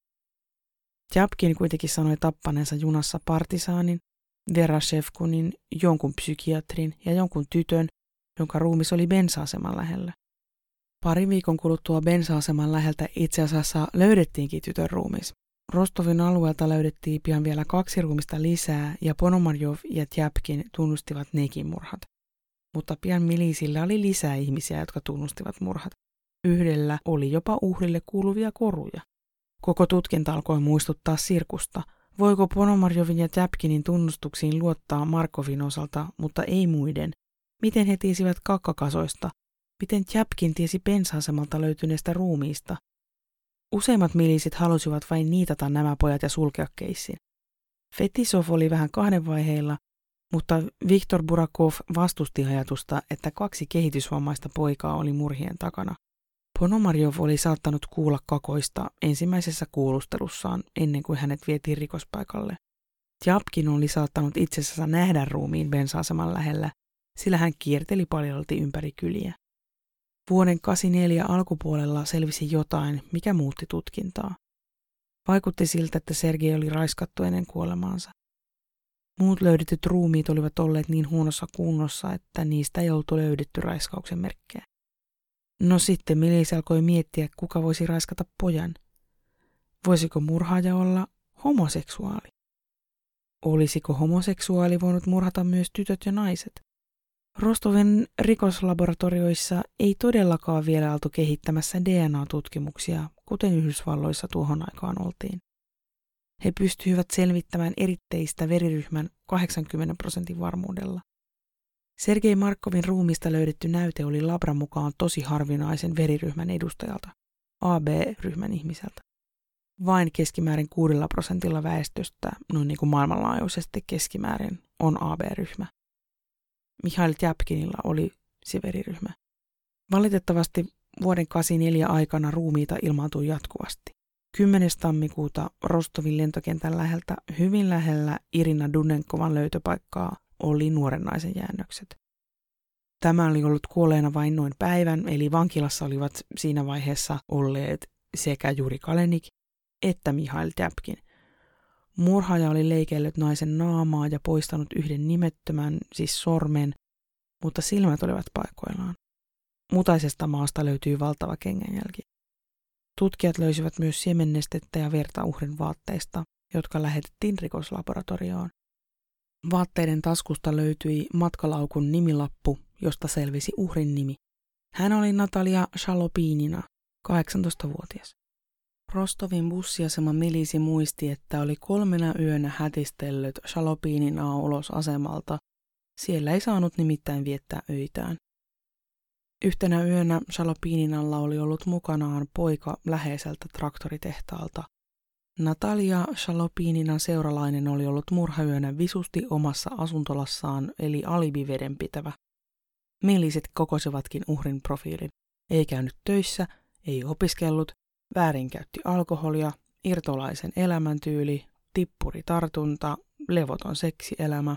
Tjapkin kuitenkin sanoi tappaneensa junassa partisaanin, Vera Shevkunin, jonkun psykiatrin ja jonkun tytön, jonka ruumis oli bensa-aseman lähellä. Parin viikon kuluttua bensa-aseman läheltä itse asiassa löydettiinkin tytön ruumis. Rostovin alueelta löydettiin pian vielä 2 ruumista lisää ja Ponomarjov ja Tjapkin tunnustivat nekin murhat. Mutta pian milisillä oli lisää ihmisiä, jotka tunnustivat murhat. Yhdellä oli jopa uhrille kuuluvia koruja. Koko tutkinta alkoi muistuttaa sirkusta. Voiko Ponomarjovin ja Tjapkinin tunnustuksiin luottaa Markovin osalta, mutta ei muiden? Miten he tiesivät kakkakasoista? Miten Tjapkin tiesi bensa-asemalta löytyneestä ruumiista? Useimmat milisit halusivat vain niitata nämä pojat ja sulkea keissin. Fetisov oli vähän 2 vaiheilla, mutta Viktor Burakov vastusti ajatusta, että 2 kehitysvammaista poikaa oli murhien takana. Ponomarjov oli saattanut kuulla kakoista ensimmäisessä kuulustelussaan ennen kuin hänet vietiin rikospaikalle. Tjapkin oli saattanut itse asiassa nähdä ruumiin bensa-aseman lähellä, sillä hän kierteli paljolti ympäri kyliä. Vuoden 84 alkupuolella selvisi jotain, mikä muutti tutkintaa. Vaikutti siltä, että Sergei oli raiskattu ennen kuolemaansa. Muut löydetyt ruumiit olivat olleet niin huonossa kunnossa, että niistä ei oltu löydetty raiskauksen merkkejä. No sitten milis alkoi miettiä, kuka voisi raiskata pojan. Voisiko murhaaja olla homoseksuaali? Olisiko homoseksuaali voinut murhata myös tytöt ja naiset? Rostovin rikoslaboratorioissa ei todellakaan vielä oltu kehittämässä DNA-tutkimuksia, kuten Yhdysvalloissa tuohon aikaan oltiin. He pystyivät selvittämään eritteistä veriryhmän 80% varmuudella. Sergei Markovin ruumista löydetty näyte oli labran mukaan tosi harvinaisen veriryhmän edustajalta, AB-ryhmän ihmiseltä. Vain keskimäärin 6% väestöstä, noin niin kuin maailmanlaajuisesti keskimäärin, on AB-ryhmä. Mihail Tjapkinilla oli se veriryhmä. Valitettavasti vuoden 84 aikana ruumiita ilmaantui jatkuvasti. 10. tammikuuta Rostovin lentokentän läheltä hyvin lähellä Irina Dunenkovan löytöpaikkaa oli nuoren naisen jäännökset. Tämä oli ollut kuolleena vain noin päivän, eli vankilassa olivat siinä vaiheessa olleet sekä Juri Kalenik että Mihail Tjapkin. Murhaaja oli leikellyt naisen naamaa ja poistanut yhden nimettömän, siis sormen, mutta silmät olivat paikoillaan. Mutaisesta maasta löytyi valtava kengänjälki. Tutkijat löysivät myös siemennestettä ja verta uhrin vaatteista, jotka lähetettiin rikoslaboratorioon. Vaatteiden taskusta löytyi matkalaukun nimilappu, josta selvisi uhrin nimi. Hän oli Natalia Shalopinina, 18-vuotias. Rostovin bussiasema milisi muisti, että oli 3 yönä hätistellyt Shalopininaa ulos asemalta. Siellä ei saanut nimittäin viettää öitään. Yhtenä yönä Shalopininalla oli ollut mukanaan poika läheiseltä traktoritehtaalta. Natalia Shalopininan seuralainen oli ollut murhayönä visusti omassa asuntolassaan eli alibivedenpitävä. Milisit kokosivatkin uhrin profiilin. Ei käynyt töissä, ei opiskellut, väärinkäytti alkoholia, irtolaisen elämäntyyli, tippuritartunta, levoton seksielämä.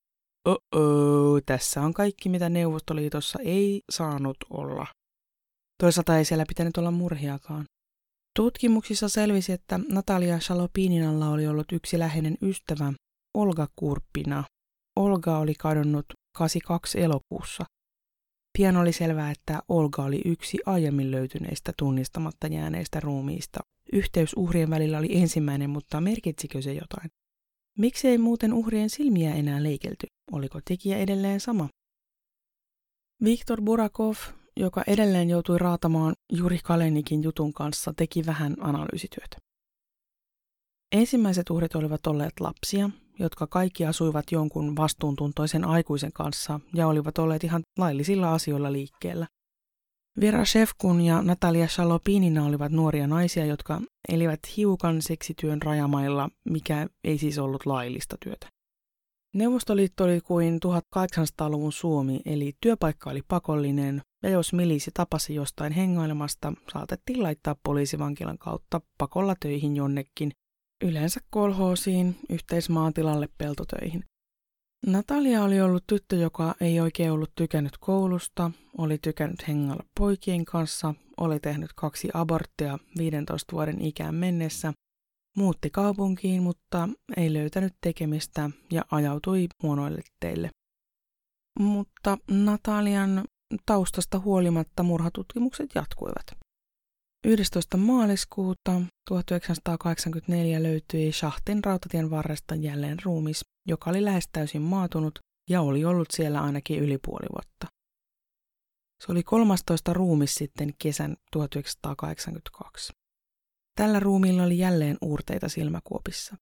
Tässä on kaikki, mitä Neuvostoliitossa ei saanut olla. Toisaalta ei siellä pitänyt olla murhiakaan. Tutkimuksissa selvisi, että Natalia Shalopininalla oli ollut yksi läheinen ystävä, Olga Kurppina. Olga oli kadonnut 82 elokuussa. Pian oli selvää, että Olga oli yksi aiemmin löytyneistä tunnistamatta jääneistä ruumiista. Yhteys uhrien välillä oli ensimmäinen, mutta merkitsikö se jotain? Miksi ei muuten uhrien silmiä enää leikelty? Oliko tekijä edelleen sama? Viktor Burakov, joka edelleen joutui raatamaan Juri Kalenikin jutun kanssa, teki vähän analyysityötä. Ensimmäiset uhrit olivat olleet lapsia, jotka kaikki asuivat jonkun vastuuntuntoisen aikuisen kanssa ja olivat olleet ihan laillisilla asioilla liikkeellä. Vera Shevkun ja Natalia Shalopinina olivat nuoria naisia, jotka elivät hiukan seksityön rajamailla, mikä ei siis ollut laillista työtä. Neuvostoliitto oli kuin 1800-luvun Suomi, eli työpaikka oli pakollinen, ja jos milisi tapasi jostain hengailemasta, saatettiin laittaa poliisivankilan kautta pakolla töihin jonnekin, yleensä kolhoosiin, yhteismaatilalle peltotöihin. Natalia oli ollut tyttö, joka ei oikein ollut tykännyt koulusta, oli tykännyt hengailla poikien kanssa, oli tehnyt 2 aborttia 15 vuoden ikään mennessä, muutti kaupunkiin, mutta ei löytänyt tekemistä ja ajautui huonoille teille. Mutta Natalian taustasta huolimatta murhatutkimukset jatkuivat. 11. maaliskuuta 1984 löytyi Shahtin rautatien varresta jälleen ruumis, joka oli lähes täysin maatunut ja oli ollut siellä ainakin yli puoli vuotta. Se oli 13. ruumis sitten kesän 1982. Tällä ruumiilla oli jälleen uurteita silmäkuopissa.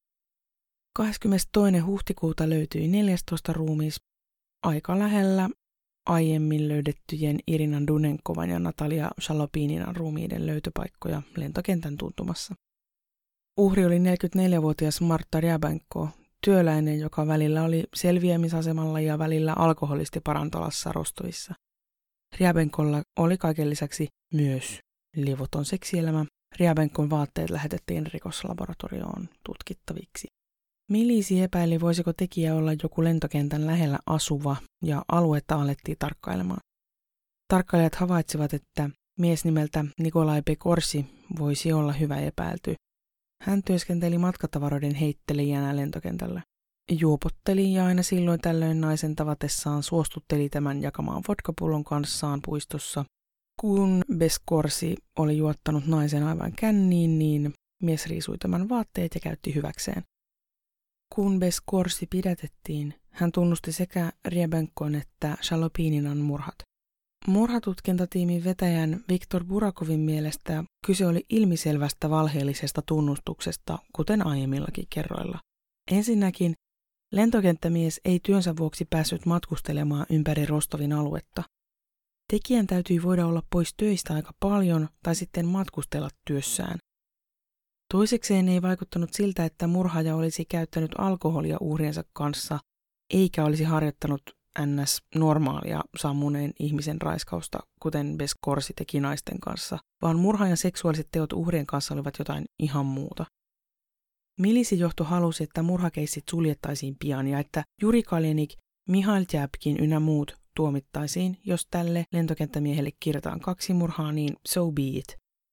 22. huhtikuuta löytyi 14. ruumis, aika lähellä aiemmin löydettyjen Irina Dunenkovan ja Natalia Shalopininan ruumiiden löytöpaikkoja lentokentän tuntumassa. Uhri oli 44-vuotias Marta Ryabenko, työläinen, joka välillä oli selviämisasemalla ja välillä alkoholisti parantolassa Rostovissa. Ryabenkolla oli kaiken lisäksi myös levoton seksielämä. Ryabenkon vaatteet lähetettiin rikoslaboratorioon tutkittaviksi. Milisi epäili, voisiko tekijä olla joku lentokentän lähellä asuva, ja aluetta alettiin tarkkailemaan. Tarkkailijat havaitsivat, että mies nimeltä Nikolai Pekorsi voisi olla hyvä epäilty. Hän työskenteli matkatavaroiden heittelijänä lentokentällä. Juopotteli ja aina silloin tällöin naisen tavatessaan suostutteli tämän jakamaan vodkapullon kanssaan puistossa. Kun Beskorsi oli juottanut naisen aivan känniin, niin mies riisui tämän vaatteet ja käytti hyväkseen. Kun Beskorsi pidätettiin, hän tunnusti sekä Ryabenkon että Shalopininan murhat. Murhatutkintatiimin vetäjän Viktor Burakovin mielestä kyse oli ilmiselvästä valheellisesta tunnustuksesta, kuten aiemmillakin kerroilla. Ensinnäkin lentokenttämies ei työnsä vuoksi päässyt matkustelemaan ympäri Rostovin aluetta. Tekijän täytyi voida olla pois töistä aika paljon tai sitten matkustella työssään. Toisekseen ei vaikuttanut siltä, että murhaaja olisi käyttänyt alkoholia uhriensa kanssa, eikä olisi harjoittanut NS-normaalia sammuneen ihmisen raiskausta, kuten Beskorsi teki naisten kanssa, vaan murhaajan seksuaaliset teot uhrien kanssa olivat jotain ihan muuta. Milisijohto halusi, että murhakeissit suljettaisiin pian ja että Juri Kalenik, Mihail Tjäpkin ynnä muut tuomittaisiin, jos tälle lentokenttämiehelle kirjataan 2 murhaa, niin so be it.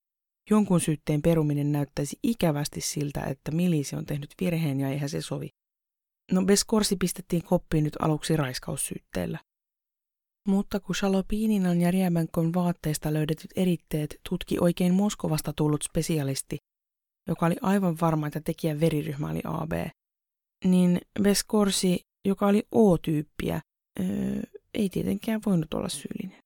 Jonkun syytteen peruminen näyttäisi ikävästi siltä, että milisi on tehnyt virheen ja eihän se sovi. No, Bescorsi pistettiin koppiin nyt aluksi raiskaussyytteellä. Mutta kun Shalopininan ja Riebenkon vaatteista löydetyt eritteet tutki oikein Moskovasta tullut spesialisti, joka oli aivan varma, että tekijän veriryhmä oli AB, niin Bescorsi, joka oli O-tyyppiä, ei tietenkään voinut olla syyllinen.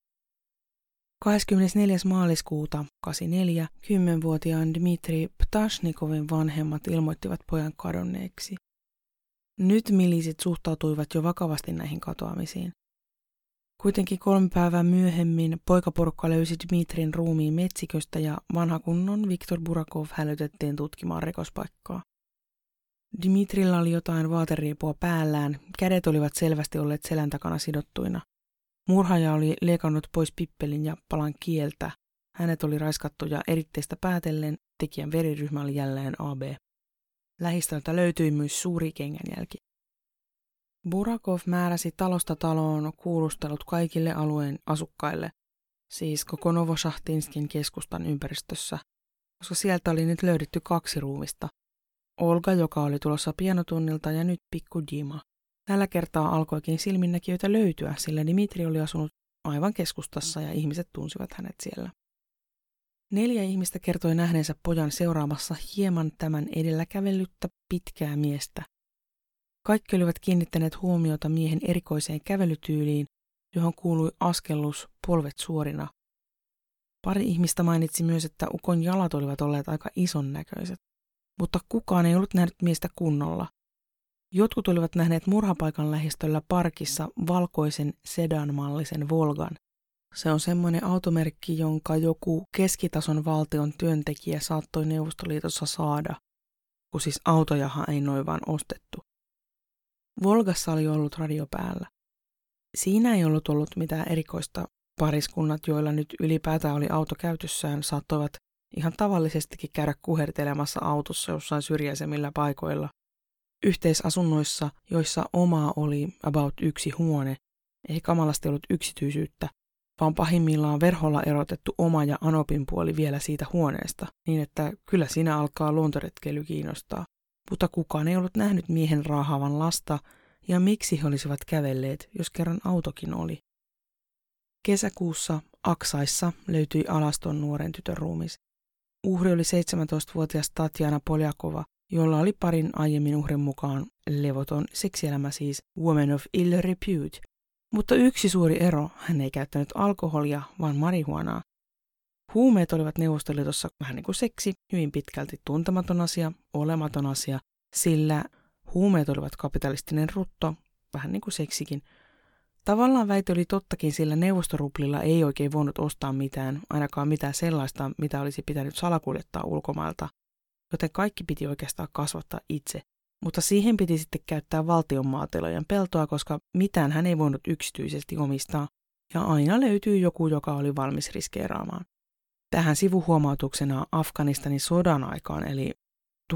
24. maaliskuuta 1984 10-vuotiaan Dmitri Ptashnikovin vanhemmat ilmoittivat pojan kadonneeksi. Nyt milisit suhtautuivat jo vakavasti näihin katoamisiin. Kuitenkin 3 päivää myöhemmin poikaporukka löysi Dmitrin ruumiin metsiköstä ja vanha kunnon Viktor Burakov hälytettiin tutkimaan rikospaikkaa. Dmitrillä oli jotain vaateriipua päällään, kädet olivat selvästi olleet selän takana sidottuina. Murhaaja oli leikannut pois pippelin ja palan kieltä. Hänet oli raiskattu ja eritteistä päätellen tekijän veriryhmä oli jälleen AB. Lähistöltä löytyi myös suuri kengänjälki. Burakov määräsi talosta taloon kuulustelut kaikille alueen asukkaille, siis koko Novoshahtinskin keskustan ympäristössä, koska sieltä oli nyt löydetty 2 ruumista. Olga, joka oli tulossa pianotunnilta, ja nyt pikku Dima. Tällä kertaa alkoikin silminnäkijöitä löytyä, sillä Dmitri oli asunut aivan keskustassa ja ihmiset tunsivat hänet siellä. 4 ihmistä kertoi nähneensä pojan seuraamassa hieman tämän edellä kävellyttä pitkää miestä. Kaikki olivat kiinnittäneet huomiota miehen erikoiseen kävelytyyliin, johon kuului askellus polvet suorina. Pari ihmistä mainitsi myös, että ukon jalat olivat olleet aika ison näköiset, mutta kukaan ei ollut nähnyt miestä kunnolla. Jotkut olivat nähneet murhapaikan lähistöllä parkissa valkoisen sedan-mallisen Volgan. Se on semmoinen automerkki, jonka joku keskitason valtion työntekijä saattoi Neuvostoliitossa saada, kun siis autojahan ei noin vaan ostettu. Volgassa oli ollut radio päällä. Siinä ei ollut mitään erikoista. Pariskunnat, joilla nyt ylipäätään oli auto käytössään, saattoivat ihan tavallisestikin käydä kuhertelemassa autossa jossain syrjäisemmillä paikoilla. Yhteisasunnoissa, joissa omaa oli about 1 huone, ei kamalasti ollut yksityisyyttä, vaan pahimmillaan verholla erotettu oma ja anopin puoli vielä siitä huoneesta, niin että kyllä siinä alkaa luontoretkeily kiinnostaa. Mutta kukaan ei ollut nähnyt miehen raahaavan lasta, ja miksi he olisivat kävelleet, jos kerran autokin oli. Kesäkuussa Aksaissa löytyi alaston nuoren tytön ruumis. Uhri oli 17-vuotias Tatjana Poljakova, jolla oli parin aiemmin uhrin mukaan levoton seksielämä, siis woman of ill repute. Mutta yksi suuri ero, hän ei käyttänyt alkoholia, vaan marihuanaa. Huumeet olivat Neuvostoliitossa vähän niin kuin seksi, hyvin pitkälti tuntematon asia, olematon asia, sillä huumeet olivat kapitalistinen rutto, vähän niin kuin seksikin. Tavallaan väite oli tottakin, sillä neuvostoruplilla ei oikein voinut ostaa mitään, ainakaan mitään sellaista, mitä olisi pitänyt salakuljettaa ulkomailta, joten kaikki piti oikeastaan kasvattaa itse. Mutta siihen piti sitten käyttää valtion maatilojen peltoa, koska mitään hän ei voinut yksityisesti omistaa, ja aina löytyy joku, joka oli valmis riskeeraamaan. Tähän sivuhuomautuksena Afganistanin sodan aikaan, eli 1979-89,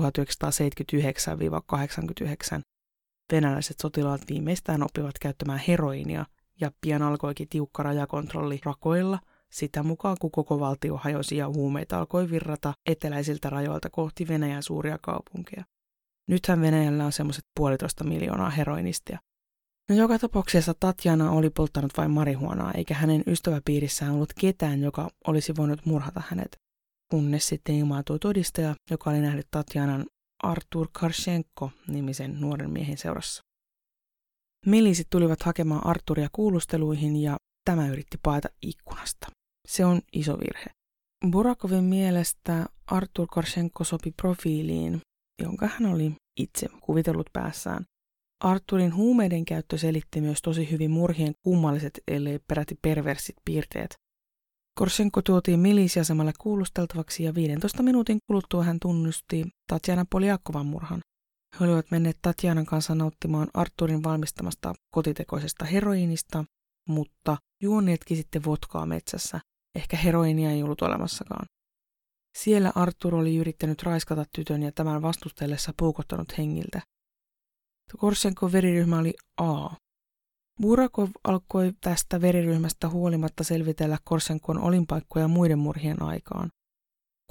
venäläiset sotilaat viimeistään oppivat käyttämään heroiinia, ja pian alkoikin tiukka rajakontrolli rakoilla, sitä mukaan kun koko valtio hajosi ja huumeita alkoi virrata eteläisiltä rajoilta kohti Venäjän suuria kaupunkeja. Nythän Venäjällä on semmoiset 1,5 miljoonaa heroinistia. No joka tapauksessa Tatjana oli polttanut vain marihuanaa, eikä hänen ystäväpiirissään ollut ketään, joka olisi voinut murhata hänet. Kunnes sitten ilmaantui todistaja, joka oli nähnyt Tatjanan Artur Karshenko-nimisen nuoren miehen seurassa. Milisit tulivat hakemaan Arturia kuulusteluihin ja tämä yritti paeta ikkunasta. Se on iso virhe. Burakovin mielestä Artur Karshenko sopi profiiliin, jonka hän oli itse kuvitellut päässään. Arturin huumeiden käyttö selitti myös tosi hyvin murhien kummalliset, ellei peräti perversit piirteet. Karshenko tuotiin milisiasemalle kuulusteltavaksi ja 15 minuutin kuluttua hän tunnusti Tatjana Poljakovan murhan. He olivat menneet Tatjanan kanssa nauttimaan Arturin valmistamasta kotitekoisesta heroiinista, mutta juoneetkin sitten vodkaa metsässä. Ehkä heroiinia ei ollut olemassakaan. Siellä Artur oli yrittänyt raiskata tytön ja tämän vastustellessa puukottanut hengiltä. Karshenkon veriryhmä oli A. Burakov alkoi tästä veriryhmästä huolimatta selvitellä Karshenkon olinpaikkoja muiden murhien aikaan.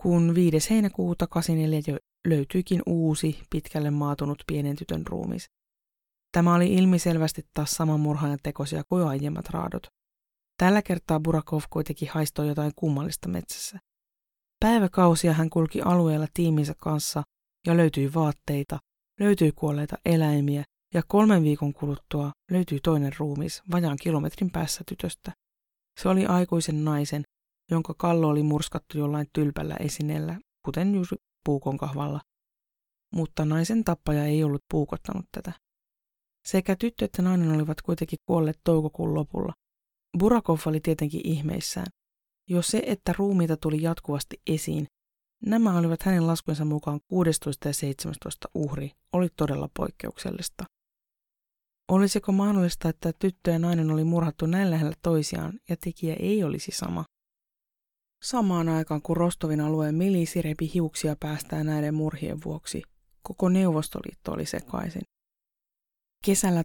kun 5. heinäkuuta 84 löytyikin uusi, pitkälle maatunut pienen tytön ruumis. Tämä oli ilmiselvästi taas saman murhaajan tekosia kuin aiemmat raadot. Tällä kertaa Burakov kuitenkin haistoi jotain kummallista metsässä. Päiväkausia hän kulki alueella tiiminsä kanssa ja löytyi vaatteita, löytyi kuolleita eläimiä ja 3 viikon kuluttua löytyi toinen ruumis vajaan kilometrin päässä tytöstä. Se oli aikuisen naisen, jonka kallo oli murskattu jollain tylpällä esineellä, kuten juuri puukonkahvalla. Mutta naisen tappaja ei ollut puukottanut tätä. Sekä tyttö että nainen olivat kuitenkin kuolleet toukokuun lopulla. Burakov oli tietenkin ihmeissään. Jo se, että ruumiita tuli jatkuvasti esiin, nämä olivat hänen laskujensa mukaan 16 ja 17 uhri, oli todella poikkeuksellista. Olisiko mahdollista, että tyttö ja nainen oli murhattu näin lähellä toisiaan ja tekijä ei olisi sama? Samaan aikaan kun Rostovin alueen miliisi repi hiuksia päästään näiden murhien vuoksi, koko Neuvostoliitto oli sekaisin. Kesällä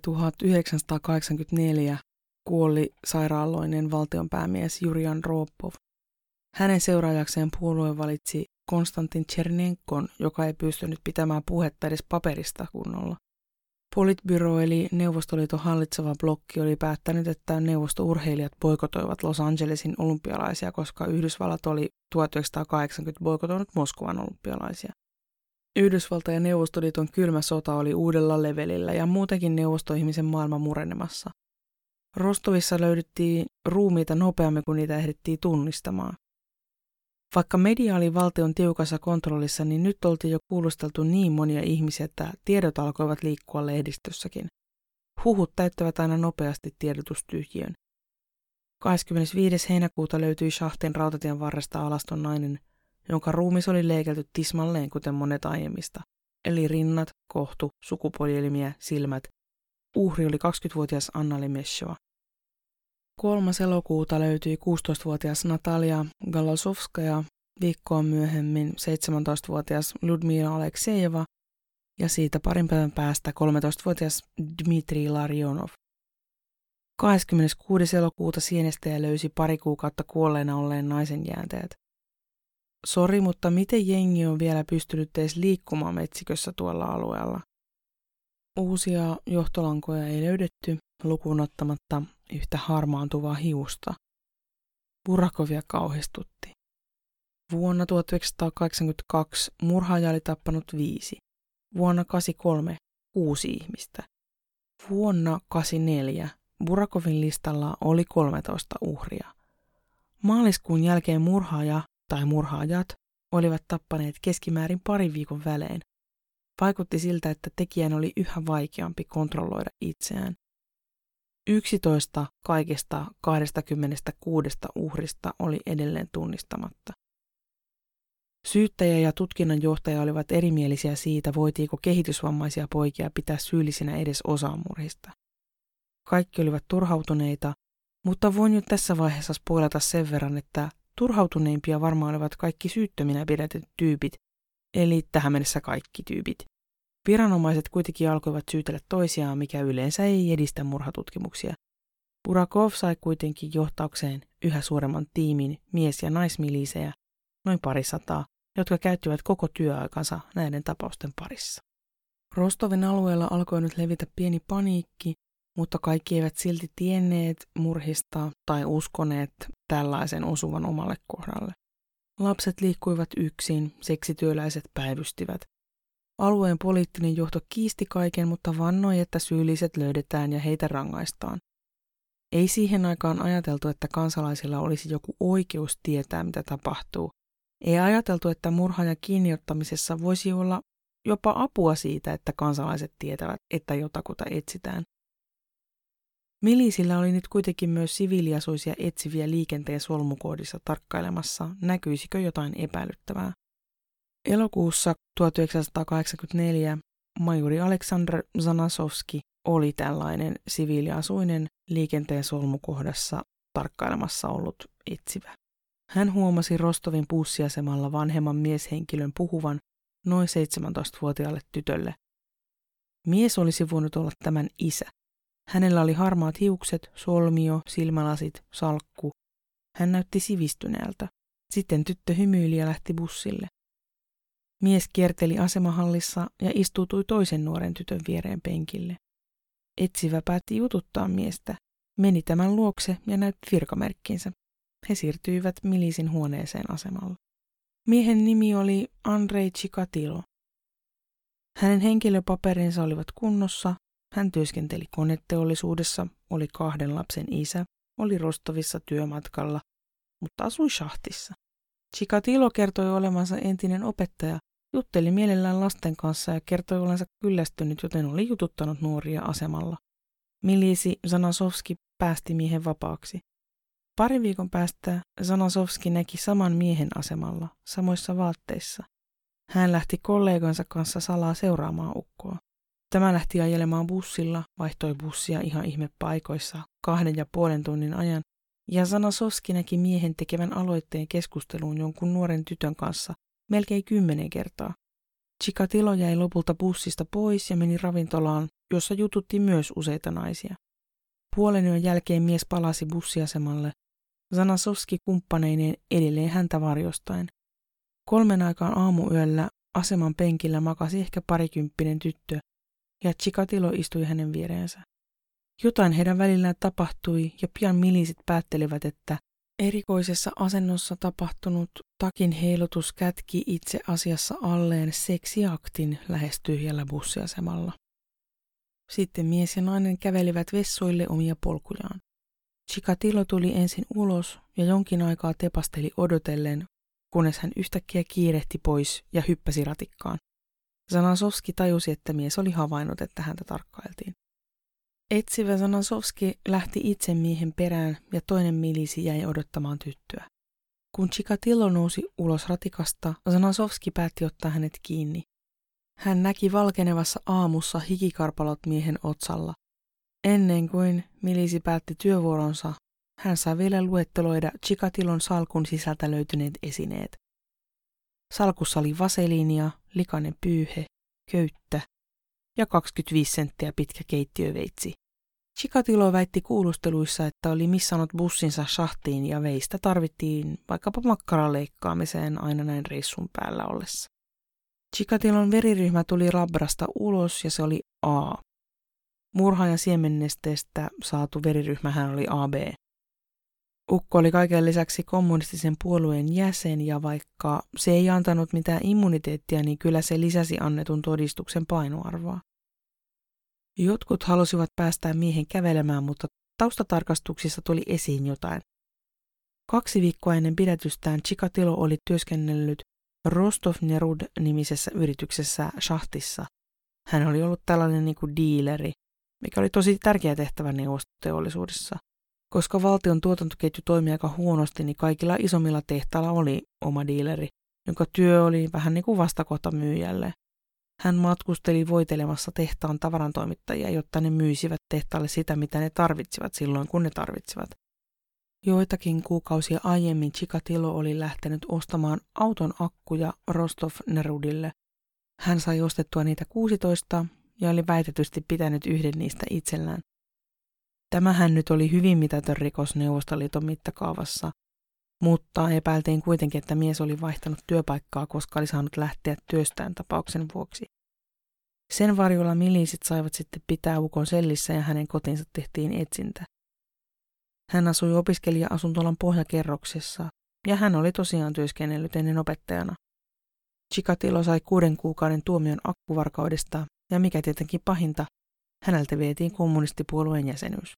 1984 kuoli sairaaloinen valtionpäämies Juri Andropov. Hänen seuraajakseen puolue valitsi Konstantin Tšernenkon, joka ei pystynyt pitämään puhetta edes paperista kunnolla. Politbyro eli Neuvostoliiton hallitseva blokki oli päättänyt, että neuvostourheilijat boikotoivat Los Angelesin olympialaisia, koska Yhdysvallat oli 1980 boikotoinut Moskovan olympialaisia. Yhdysvalta ja Neuvostoliiton kylmä sota oli uudella levelillä ja muutenkin neuvostoihmisen maailma murenemassa. Rostovissa löydettiin ruumiita nopeammin kuin niitä ehdittiin tunnistamaan. Vaikka media oli valtion tiukassa kontrollissa, niin nyt oltiin jo kuulusteltu niin monia ihmisiä, että tiedot alkoivat liikkua lehdistössäkin. Huhut täyttävät aina nopeasti tiedotustyhjiön. 25. heinäkuuta löytyi Shahtin rautatien varresta alaston nainen, jonka ruumis oli leikelty tismalleen kuten monet aiemmista, eli rinnat, kohtu, sukupuolielimiä, silmät. Uhri oli 20-vuotias Anna Lemeshova. 3. elokuuta löytyi 16-vuotias Natalia Galasovskaja, viikkoa myöhemmin 17-vuotias Ludmila Aleksejeva ja siitä parin päivän päästä 13-vuotias Dmitri Larionov. 26. elokuuta sienestäjä löysi pari kuukautta kuolleena olleen naisen jäänteet. Sori, mutta miten jengi on vielä pystynyt edes liikkumaan metsikössä tuolla alueella? Uusia johtolankoja ei löydetty, lukuun ottamatta yhtä harmaantuvaa hiusta. Burakovia kauhistutti. Vuonna 1982 murhaaja oli tappanut 5. Vuonna 1983 6 ihmistä. Vuonna 1984 Burakovin listalla oli 13 uhria. Maaliskuun jälkeen murhaaja tai murhaajat olivat tappaneet keskimäärin 2 viikon välein. Vaikutti siltä, että tekijän oli yhä vaikeampi kontrolloida itseään. 11 kaikista 26 uhrista oli edelleen tunnistamatta. Syyttäjä ja tutkinnanjohtaja olivat erimielisiä siitä, voitiinko kehitysvammaisia poikia pitää syyllisinä edes osaan murhista. Kaikki olivat turhautuneita, mutta voin jo tässä vaiheessa spoilata sen verran, että turhautuneimpia varmaan olivat kaikki syyttöminä pidetyt tyypit, eli tähän mennessä kaikki tyypit. Viranomaiset kuitenkin alkoivat syytellä toisiaan, mikä yleensä ei edistä murhatutkimuksia. Burakov sai kuitenkin johtaukseen yhä suuremman tiimin mies- ja naismilisejä, noin 200, jotka käyttivät koko työaikansa näiden tapausten parissa. Rostovin alueella alkoi nyt levitä pieni paniikki, mutta kaikki eivät silti tienneet murhista tai uskoneet tällaisen osuvan omalle kohdalle. Lapset liikkuivat yksin, seksityöläiset päivystivät. Alueen poliittinen johto kiisti kaiken, mutta vannoi, että syylliset löydetään ja heitä rangaistaan. Ei siihen aikaan ajateltu, että kansalaisilla olisi joku oikeus tietää, mitä tapahtuu. Ei ajateltu, että murhaajan kiinniottamisessa voisi olla jopa apua siitä, että kansalaiset tietävät, että jotakuta etsitään. Milisillä oli nyt kuitenkin myös siviiliasuisia etsiviä liikenteen solmukoodissa tarkkailemassa, näkyisikö jotain epäilyttävää. Elokuussa 1984 majuri Aleksandr Zanasovski oli tällainen siviiliasuinen liikenteen solmukohdassa tarkkailemassa ollut etsivä. Hän huomasi Rostovin bussiasemalla vanhemman mieshenkilön puhuvan noin 17-vuotiaalle tytölle. Mies olisi voinut olla tämän isä. Hänellä oli harmaat hiukset, solmio, silmälasit, salkku. Hän näytti sivistyneeltä. Sitten tyttö hymyili ja lähti bussille. Mies kierteli asemahallissa ja istuutui toisen nuoren tytön viereen penkille. Etsivä päätti jututtaa miestä, meni tämän luokse ja näytti virkamerkkinsä. He siirtyivät Milisin huoneeseen asemalla. Miehen nimi oli Andrei Chikatilo. Hänen henkilöpaperinsa olivat kunnossa, hän työskenteli koneteollisuudessa, oli 2 lapsen isä, oli Rostovissa työmatkalla, mutta asui Shahtissa. Chikatilo kertoi olevansa entinen opettaja, jutteli mielellään lasten kanssa ja kertoi olensa kyllästynyt, joten oli jututtanut nuoria asemalla. Milisi Zanasovski päästi miehen vapaaksi. 2 viikon päästä Zanasovski näki saman miehen asemalla, samoissa vaatteissa. Hän lähti kollegansa kanssa salaa seuraamaan ukkoa. Tämä lähti ajelemaan bussilla, vaihtoi bussia ihan ihmepaikoissa 2,5 tunnin ajan, ja Zanasovski näki miehen tekevän aloitteen keskusteluun jonkun nuoren tytön kanssa melkein 10 kertaa. Chikatilo jäi lopulta bussista pois ja meni ravintolaan, jossa jututti myös useita naisia. Puolen yön jälkeen mies palasi bussiasemalle, Zanasovski kumppaneineen edelleen häntä varjostain. 3 aikaan aamuyöllä aseman penkillä makasi ehkä 20 tyttö, ja Chikatilo istui hänen viereensä. Jotain heidän välillään tapahtui, ja pian milisit päättelivät, että erikoisessa asennossa tapahtunut takin heilutus kätki itse asiassa alleen seksiaktin lähes tyhjällä bussiasemalla. Sitten mies ja nainen kävelivät vessoille omia polkujaan. Chikatilo tuli ensin ulos ja jonkin aikaa tepasteli odotellen, kunnes hän yhtäkkiä kiirehti pois ja hyppäsi ratikkaan. Zanasovski tajusi, että mies oli havainnut, että häntä tarkkailtiin. Etsivä Zanasovski lähti itse miehen perään ja toinen milisi jäi odottamaan tyttöä. Kun Chikatilo nousi ulos ratikasta, Zanasovski päätti ottaa hänet kiinni. Hän näki valkenevassa aamussa hikikarpalot miehen otsalla. Ennen kuin milisi päätti työvuoronsa, hän sai vielä luetteloida Chikatilon salkun sisältä löytyneet esineet. Salkussa oli vaseliinia, likainen pyyhe, köyttä ja 25 senttiä pitkä keittiöveitsi. Chikatilo väitti kuulusteluissa, että oli missannut bussinsa Shahtiin ja veistä tarvittiin vaikkapa makkaran leikkaamiseen aina näin reissun päällä ollessa. Chikatilon veriryhmä tuli labrasta ulos ja se oli A. Murhaajan siemennesteestä saatu veriryhmähän oli AB. Ukko oli kaiken lisäksi kommunistisen puolueen jäsen ja vaikka se ei antanut mitään immuniteettia, niin kyllä se lisäsi annetun todistuksen painoarvoa. Jotkut halusivat päästää miehen kävelemään, mutta taustatarkastuksissa tuli esiin jotain. 2 viikkoa ennen pidätystään Chikatilo oli työskennellyt Rostov-Nerud-nimisessä yrityksessä Shahtissa. Hän oli ollut tällainen niin kuin diileri, mikä oli tosi tärkeä tehtävä neuvostoteollisuudessa. Koska valtion tuotantoketju toimi aika huonosti, niin kaikilla isommilla tehtailla oli oma diileri, jonka työ oli vähän niin kuin vastakohta myyjälle. Hän matkusteli voitelemassa tehtaan tavarantoimittajia, jotta ne myisivät tehtaalle sitä, mitä ne tarvitsivat silloin, kun ne tarvitsivat. Joitakin kuukausia aiemmin Chikatilo oli lähtenyt ostamaan auton akkuja Rostov-Nerudille. Hän sai ostettua niitä 16 ja oli väitetysti pitänyt yhden niistä itsellään. Tämähän nyt oli hyvin mitätön rikos Neuvostoliiton mittakaavassa, mutta epäiltiin kuitenkin, että mies oli vaihtanut työpaikkaa, koska oli saanut lähteä työstään tapauksen vuoksi. Sen varjolla milisit saivat sitten pitää ukon sellissä ja hänen kotinsa tehtiin etsintä. Hän asui opiskelija-asuntolan pohjakerroksessa ja hän oli tosiaan työskennellyt ennen opettajana. Chikatilo sai 6 kuukauden tuomion akkuvarkaudesta ja mikä tietenkin pahinta, häneltä vietiin kommunistipuolueen jäsenyys.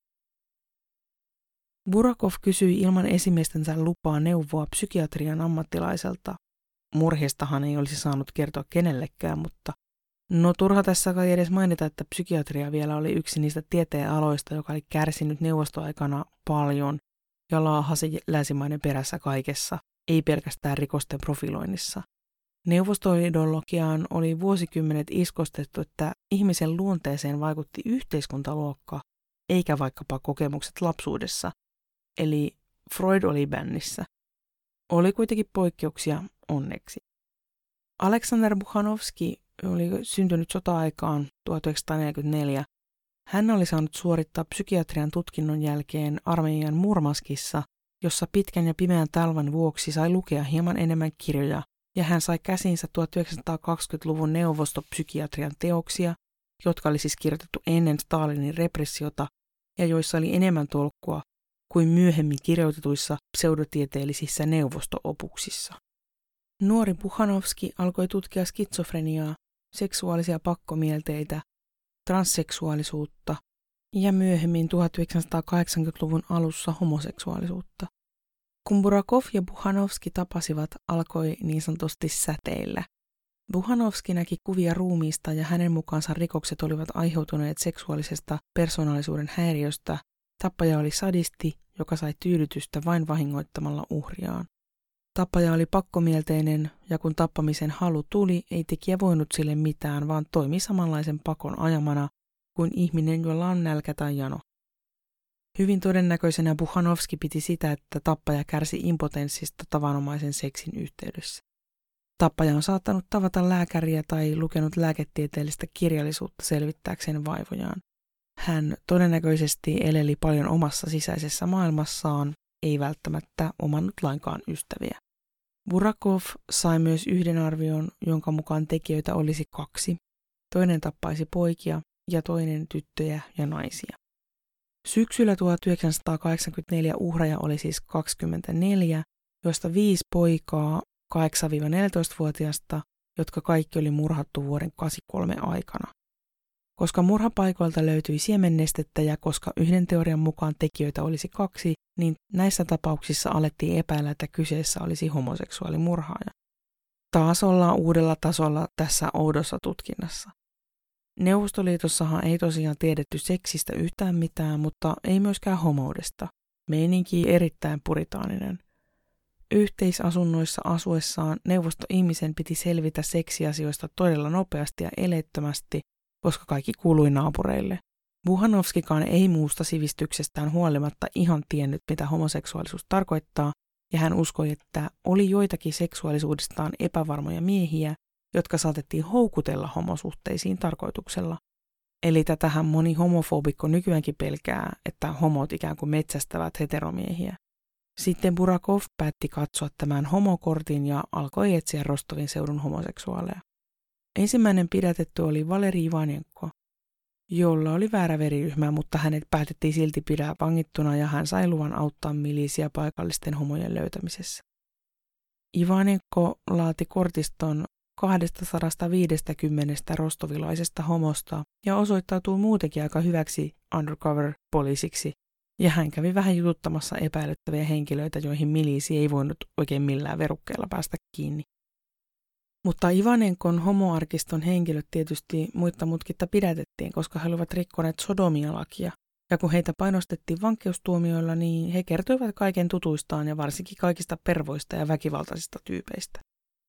Burakov kysyi ilman esimiestensä lupaa neuvoa psykiatrian ammattilaiselta. Murheestahan ei olisi saanut kertoa kenellekään, mutta turha tässä kai edes mainita, että psykiatria vielä oli yksi niistä tieteenaloista, joka oli kärsinyt neuvostoaikana paljon ja laahasi länsimaiden perässä kaikessa, ei pelkästään rikosten profiloinnissa. Neuvostoideologiaan oli vuosikymmenet iskostettu, että ihmisen luonteeseen vaikutti yhteiskuntaluokka, eikä vaikkapa kokemukset lapsuudessa, eli Freud oli bännissä. Oli kuitenkin poikkeuksia onneksi. Aleksander Bukhanovski oli syntynyt sota-aikaan 1944. Hän oli saanut suorittaa psykiatrian tutkinnon jälkeen armeijan Murmanskissa jossa pitkän ja pimeän talven vuoksi sai lukea hieman enemmän kirjoja, ja hän sai käsiinsä 1920-luvun neuvostopsykiatrian teoksia, jotka oli siis kirjoitettu ennen Stalinin repressiota ja joissa oli enemmän tolkkua kuin myöhemmin kirjoitetuissa pseudotieteellisissä neuvosto-opuksissa. Nuori Buchanovski alkoi tutkia skitsofreniaa, seksuaalisia pakkomielteitä, transseksuaalisuutta ja myöhemmin 1980-luvun alussa homoseksuaalisuutta. Kun Burakov ja Buchanovski tapasivat, alkoi niin sanotusti säteillä. Buchanovski näki kuvia ruumiista ja hänen mukaansa rikokset olivat aiheutuneet seksuaalisesta persoonallisuuden häiriöstä. Tappaja oli sadisti, joka sai tyydytystä vain vahingoittamalla uhriaan. Tappaja oli pakkomielteinen ja kun tappamisen halu tuli, ei tekijä voinut sille mitään, vaan toimi samanlaisen pakon ajamana kuin ihminen, jolla on nälkä tai jano. Hyvin todennäköisenä Buchanovski piti sitä, että tappaja kärsi impotenssista tavanomaisen seksin yhteydessä. Tappaja on saattanut tavata lääkäriä tai lukenut lääketieteellistä kirjallisuutta selvittääkseen vaivojaan. Hän todennäköisesti eleli paljon omassa sisäisessä maailmassaan, ei välttämättä omannut lainkaan ystäviä. Burakov sai myös yhden arvion, jonka mukaan tekijöitä olisi 2. Toinen tappaisi poikia ja toinen tyttöjä ja naisia. Syksyllä 1984 uhreja oli siis 24, joista 5 poikaa 8-14-vuotiaasta, jotka kaikki oli murhattu vuoden 1983 aikana. Koska murhapaikoilta löytyi siemennestettä ja koska yhden teorian mukaan tekijöitä olisi 2, niin näissä tapauksissa alettiin epäillä, että kyseessä olisi homoseksuaalimurhaaja. Taas ollaan uudella tasolla tässä oudossa tutkinnassa. Neuvostoliitossahan ei tosiaan tiedetty seksistä yhtään mitään, mutta ei myöskään homoudesta. Meininki erittäin puritaaninen. Yhteisasunnoissa asuessaan neuvostoihmisen piti selvitä seksiasioista todella nopeasti ja eleettömästi, koska kaikki kuului naapureille. Buchanovskikaan ei muusta sivistyksestään huolimatta ihan tiennyt, mitä homoseksuaalisuus tarkoittaa, ja hän uskoi, että oli joitakin seksuaalisuudestaan epävarmoja miehiä, jotka saatettiin houkutella homosuhteisiin tarkoituksella. Eli tätähän moni homofobikko nykyäänkin pelkää, että homot ikään kuin metsästävät heteromiehiä. Sitten Burakov päätti katsoa tämän homokortin ja alkoi etsiä Rostovin seudun homoseksuaaleja. Ensimmäinen pidätetty oli Valeri Ivanenko, jolla oli väärä veriryhmä, mutta hänet päätettiin silti pidää vangittuna ja hän sai luvan auttaa milisiä paikallisten homojen löytämisessä. Ivanenko laati kortiston 250 rostovilaisesta homosta ja osoittautui muutenkin aika hyväksi undercover-poliisiksi, ja hän kävi vähän jututtamassa epäilyttäviä henkilöitä, joihin milisi ei voinut oikein millään verukkeella päästä kiinni. Mutta Ivanenkon homoarkiston henkilöt tietysti muitta mutkitta pidätettiin, koska he olivat rikkoneet sodomialakia, ja kun heitä painostettiin vankeustuomioilla, niin he kertoivat kaiken tutuistaan ja varsinkin kaikista pervoista ja väkivaltaisista tyypeistä.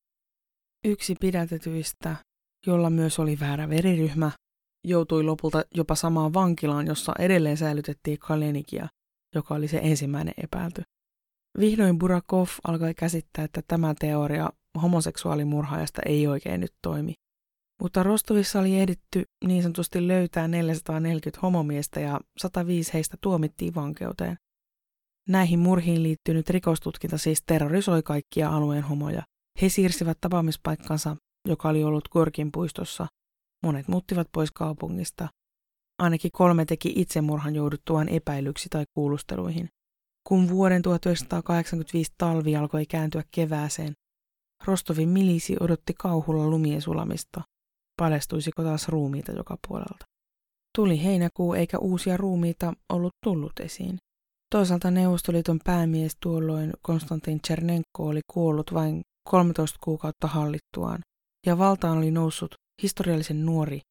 Yksi pidätetyistä, jolla myös oli väärä veriryhmä, joutui lopulta jopa samaan vankilaan, jossa edelleen säilytettiin Kalenikia, joka oli se ensimmäinen epäilty. Vihdoin Burakov alkoi käsittää, että tämä teoria homoseksuaalimurhaajasta ei oikein nyt toimi. Mutta Rostovissa oli ehditty niin sanotusti löytää 440 homomiestä ja 105 heistä tuomittiin vankeuteen. Näihin murhiin liittynyt rikostutkinta siis terrorisoi kaikkia alueen homoja. He siirsivät tapaamispaikkansa, joka oli ollut Gorkin puistossa. Monet muuttivat pois kaupungista. Ainakin 3 teki itsemurhan jouduttuaan epäilyksi tai kuulusteluihin. Kun vuoden 1985 talvi alkoi kääntyä kevääseen, Rostovin milisi odotti kauhulla lumien sulamista. Paljastuisiko taas ruumiita joka puolelta. Tuli heinäkuu eikä uusia ruumiita ollut tullut esiin. Toisaalta Neuvostoliiton päämies tuolloin Konstantin Tšernenko oli kuollut vain 13 kuukautta hallittuaan, ja valtaan oli noussut historiallisen nuori,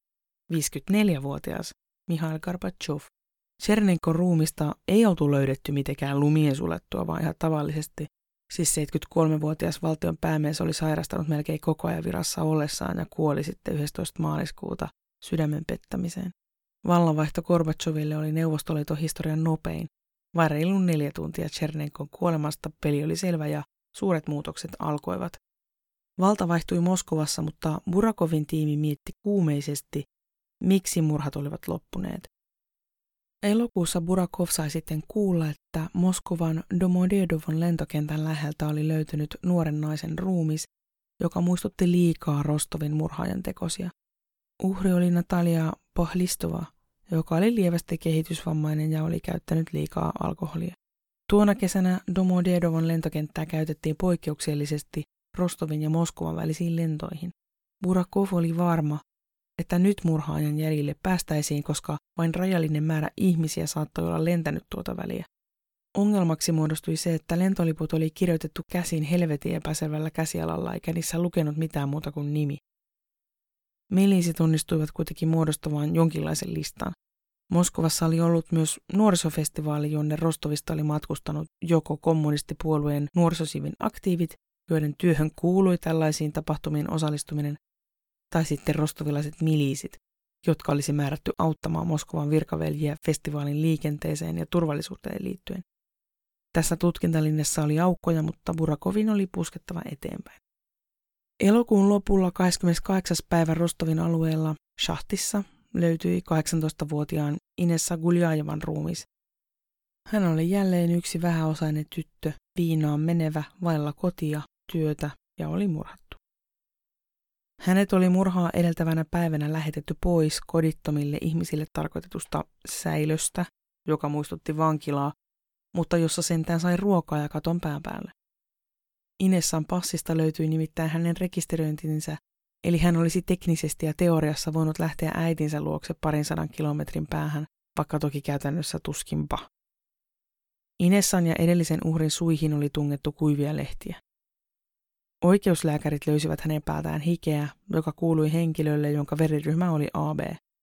54-vuotias Mihail Gorbatšov. Tšernenkon ruumista ei oltu löydetty mitenkään lumien sulettua, vaan ihan tavallisesti. Siis 73-vuotias valtion päämies oli sairastanut melkein koko ajan virassa ollessaan ja kuoli sitten 11. maaliskuuta sydämen pettämiseen. Vallanvaihto Gorbatšoville oli Neuvostoliiton historian nopein. Vain reilun 4 tuntia Tšernenkon kuolemasta peli oli selvä ja suuret muutokset alkoivat. Valta vaihtui Moskovassa, mutta Burakovin tiimi mietti kuumeisesti, miksi murhat olivat loppuneet. Elokuussa Burakov sai sitten kuulla, että Moskovan Domodedovon lentokentän läheltä oli löytynyt nuoren naisen ruumis, joka muistutti liikaa Rostovin murhaajan tekosia. Uhri oli Natalia Pohlistova, joka oli lievästi kehitysvammainen ja oli käyttänyt liikaa alkoholia. Tuona kesänä Domodedovon lentokenttää käytettiin poikkeuksellisesti Rostovin ja Moskovan välisiin lentoihin. Burakov oli varma, että nyt murhaajan jäljille päästäisiin, koska vain rajallinen määrä ihmisiä saattoi olla lentänyt tuota väliä. Ongelmaksi muodostui se, että lentoliput oli kirjoitettu käsin helvetin epäselvällä käsialalla eikä niissä lukenut mitään muuta kuin nimi. Miliisit onnistuivat kuitenkin muodostamaan jonkinlaisen listan. Moskovassa oli ollut myös nuorisofestivaali, jonne Rostovista oli matkustanut joko kommunistipuolueen nuorisosivin aktiivit, joiden työhön kuului tällaisiin tapahtumiin osallistuminen, tai sitten rostovilaiset miliisit, jotka olisi määrätty auttamaan Moskovan virkaveljiä festivaalin liikenteeseen ja turvallisuuteen liittyen. Tässä tutkintalinjassa oli aukkoja, mutta Burakovin oli puskettava eteenpäin. Elokuun lopulla 28. päivä Rostovin alueella Shahtissa löytyi 18-vuotiaan Inessa Guljajevan ruumis. Hän oli jälleen yksi vähäosainen tyttö, viinaan menevä, vailla kotia, työtä ja oli murhattu. Hänet oli murhaa edeltävänä päivänä lähetetty pois kodittomille ihmisille tarkoitetusta säilöstä, joka muistutti vankilaa, mutta jossa sentään sai ruokaa ja katon pään päälle. Inessan passista löytyi nimittäin hänen rekisteröintinsä, eli hän olisi teknisesti ja teoriassa voinut lähteä äitinsä luokse 200 kilometrin päähän, vaikka toki käytännössä tuskinpa. Inessan ja edellisen uhrin suihin oli tungettu kuivia lehtiä. Oikeuslääkärit löysivät hänen päätään hikeä, joka kuului henkilölle, jonka veriryhmä oli AB.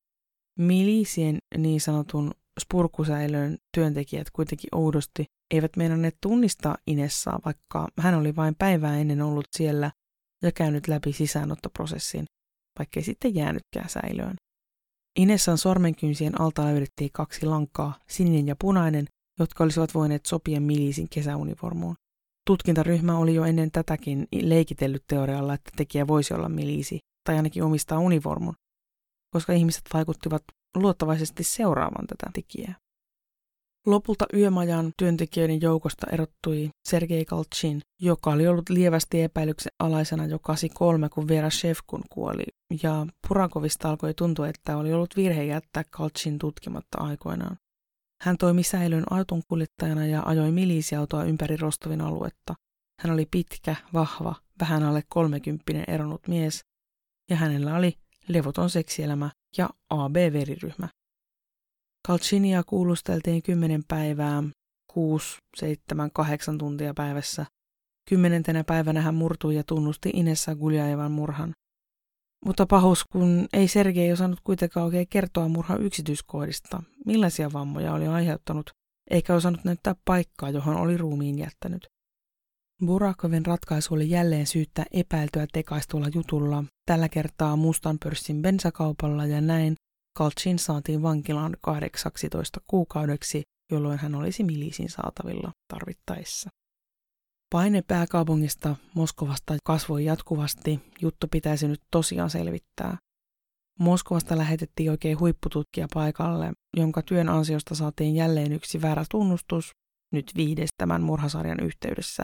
Miliisien niin sanotun spurkusäilön työntekijät kuitenkin oudosti eivät meinanneet tunnistaa Inessaa, vaikka hän oli vain päivää ennen ollut siellä ja käynyt läpi sisäänottoprosessin, vaikkei sitten jäänytkään säilöön. Inessan sormenkynsien alta löydettiin 2 lankaa, sininen ja punainen, jotka olisivat voineet sopia miliisin kesäunivormuun. Tutkintaryhmä oli jo ennen tätäkin leikitellyt teorialla, että tekijä voisi olla miliisi tai ainakin omistaa univormun, koska ihmiset vaikuttivat luottavaisesti seuraavan tätä tekijää. Lopulta yömajan työntekijöiden joukosta erottui Sergei Kaltšin, joka oli ollut lievästi epäilyksen alaisena jo 83, kun Vera Shevkun kuoli, ja Burakovista alkoi tuntua, että oli ollut virhe jättää Kaltšin tutkimatta aikoinaan. Hän toimi säilön autonkuljettajana ja ajoi miliisiautoa ympäri Rostovin aluetta. Hän oli pitkä, vahva, vähän alle 30 eronnut mies, ja hänellä oli levoton seksielämä ja AB-veriryhmä. Kaltšinia kuulusteltiin 10 päivää, 6, 7, 8 tuntia päivässä. 10. päivänä hän murtui ja tunnusti Inessa Guljajevan murhan. Mutta pahus, kun ei Sergei osannut kuitenkaan oikein kertoa murhan yksityiskohdista, millaisia vammoja oli aiheuttanut, eikä osannut näyttää paikkaa, johon oli ruumiin jättänyt. Burakovin ratkaisu oli jälleen syyttää epäiltyä tekaistulla jutulla, tällä kertaa mustan pörssin bensakaupalla, ja näin Kaltšin saatiin vankilaan 18 kuukaudeksi, jolloin hän olisi miliisin saatavilla tarvittaessa. Paine pääkaupungista Moskovasta kasvoi jatkuvasti, juttu pitäisi nyt tosiaan selvittää. Moskovasta lähetettiin oikein huippututkija paikalle, jonka työn ansiosta saatiin jälleen yksi väärä tunnustus, nyt 5. tämän murhasarjan yhteydessä.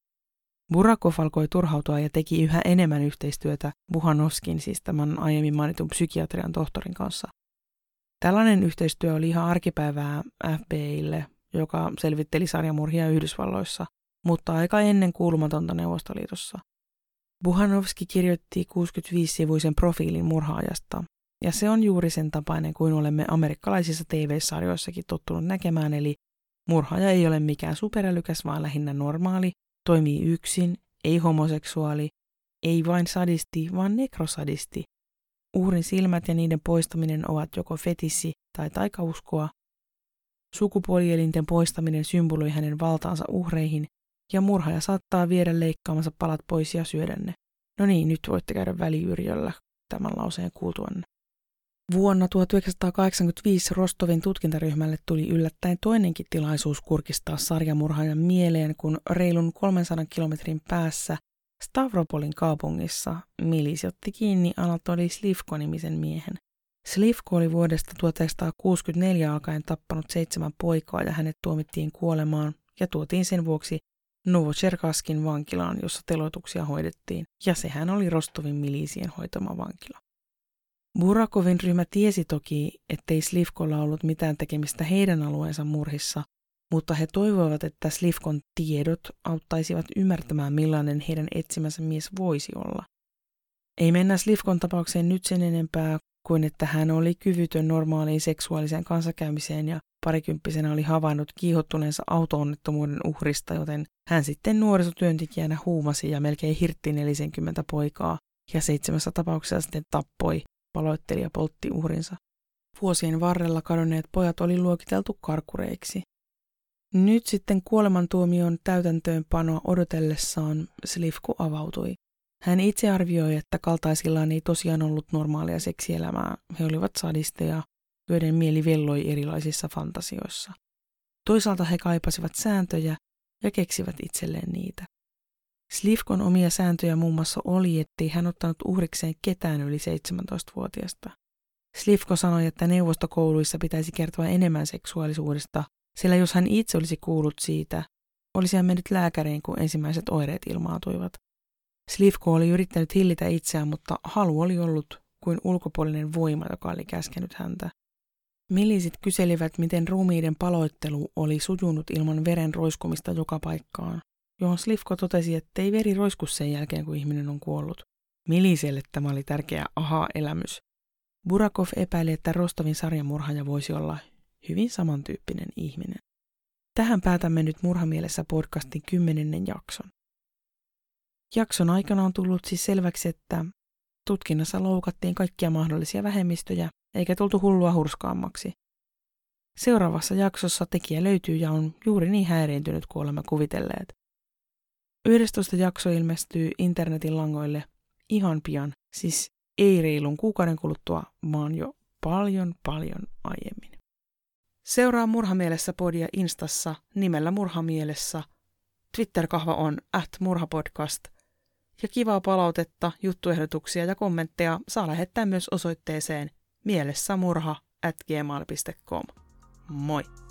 Burakov alkoi turhautua ja teki yhä enemmän yhteistyötä Buhanovskin, siis tämän aiemmin mainitun psykiatrian tohtorin kanssa. Tällainen yhteistyö oli ihan arkipäivää FBI:lle, joka selvitteli sarjamurhia Yhdysvalloissa, mutta aika ennen kuulumatonta Neuvostoliitossa. Buhanovski kirjoitti 65-sivuisen profiilin murhaajasta, ja se on juuri sen tapainen kuin olemme amerikkalaisissa TV-sarjoissakin tottunut näkemään, eli murhaaja ei ole mikään superälykäs, vaan lähinnä normaali, toimii yksin, ei homoseksuaali, ei vain sadisti, vaan nekrosadisti. Uhrin silmät ja niiden poistaminen ovat joko fetissi tai taikauskoa. Sukupuolielinten poistaminen symboloi hänen valtaansa uhreihin, ja murhaaja saattaa viedä leikkaamansa palat pois ja syödä ne. No niin, nyt voitte käydä väliyrjöllä tämän lauseen kuultuanne. Vuonna 1985 Rostovin tutkintaryhmälle tuli yllättäen toinenkin tilaisuus kurkistaa sarjamurhaajan mieleen, kun reilun 300 kilometrin päässä Stavropolin kaupungissa miliisi otti kiinni Anatoli Slivko-nimisen miehen. Slivko oli vuodesta 1964 alkaen tappanut 7 poikaa ja hänet tuomittiin kuolemaan ja tuotiin sen vuoksi Novocherkaskin vankilaan, jossa teloituksia hoidettiin, ja sehän oli Rostovin milisien hoitama vankila. Burakovin ryhmä tiesi toki, ettei Slivkolla ollut mitään tekemistä heidän alueensa murhissa, mutta he toivoivat, että Slivkon tiedot auttaisivat ymmärtämään, millainen heidän etsimänsä mies voisi olla. Ei mennä Slivkon tapaukseen nyt sen enempää kuin että hän oli kyvytön normaaliin seksuaaliseen kanssakäymiseen ja parikymppisenä oli havainnut kiihottuneensa auto-onnettomuuden uhrista, joten hän sitten nuorisotyöntekijänä huumasi ja melkein hirtti 40 poikaa ja 7 tapauksessa sitten tappoi, paloitteli ja poltti uhrinsa. Vuosien varrella kadonneet pojat oli luokiteltu karkureiksi. Nyt sitten kuolemantuomion täytäntöönpanoa odotellessaan Slivko avautui. Hän itse arvioi, että kaltaisillaan ei tosiaan ollut normaalia seksielämää. He olivat sadisteja, joiden mieli velloi erilaisissa fantasioissa. Toisaalta he kaipasivat sääntöjä ja keksivät itselleen niitä. Slivkon omia sääntöjä muun muassa oli, ettei hän ottanut uhrikseen ketään yli 17-vuotiaasta. Slivko sanoi, että neuvostokouluissa pitäisi kertoa enemmän seksuaalisuudesta, sillä jos hän itse olisi kuullut siitä, olisi hän mennyt lääkäriin, kun ensimmäiset oireet ilmaantuivat. Slivko oli yrittänyt hillitä itseään, mutta halu oli ollut kuin ulkopuolinen voima, joka oli käskenyt häntä. Milisit kyselivät, miten ruumiiden paloittelu oli sujunut ilman veren roiskumista joka paikkaan, johon Slivko totesi, ettei veri roisku sen jälkeen, kun ihminen on kuollut. Miliselle tämä oli tärkeä aha-elämys. Burakov epäili, että Rostovin sarjamurhaaja voisi olla hyvin samantyyppinen ihminen. Tähän päätämme nyt Murhamielessä podcastin 10. jakson. Jakson aikana on tullut siis selväksi, että tutkinnassa loukattiin kaikkia mahdollisia vähemmistöjä, eikä tultu hullua hurskaammaksi. Seuraavassa jaksossa tekijä löytyy ja on juuri niin häiriintynyt kuin olemme kuvitelleet. 11. jakso ilmestyy internetin langoille ihan pian, siis ei reilun kuukauden kuluttua, vaan jo paljon aiemmin. Seuraa Murhamielessä podia Instassa nimellä Murhamielessä. Twitter-kahva on @murhapodcast. Ja kivaa palautetta, juttuehdotuksia ja kommentteja saa lähettää myös osoitteeseen mielessämurha@gmail.com. Moi!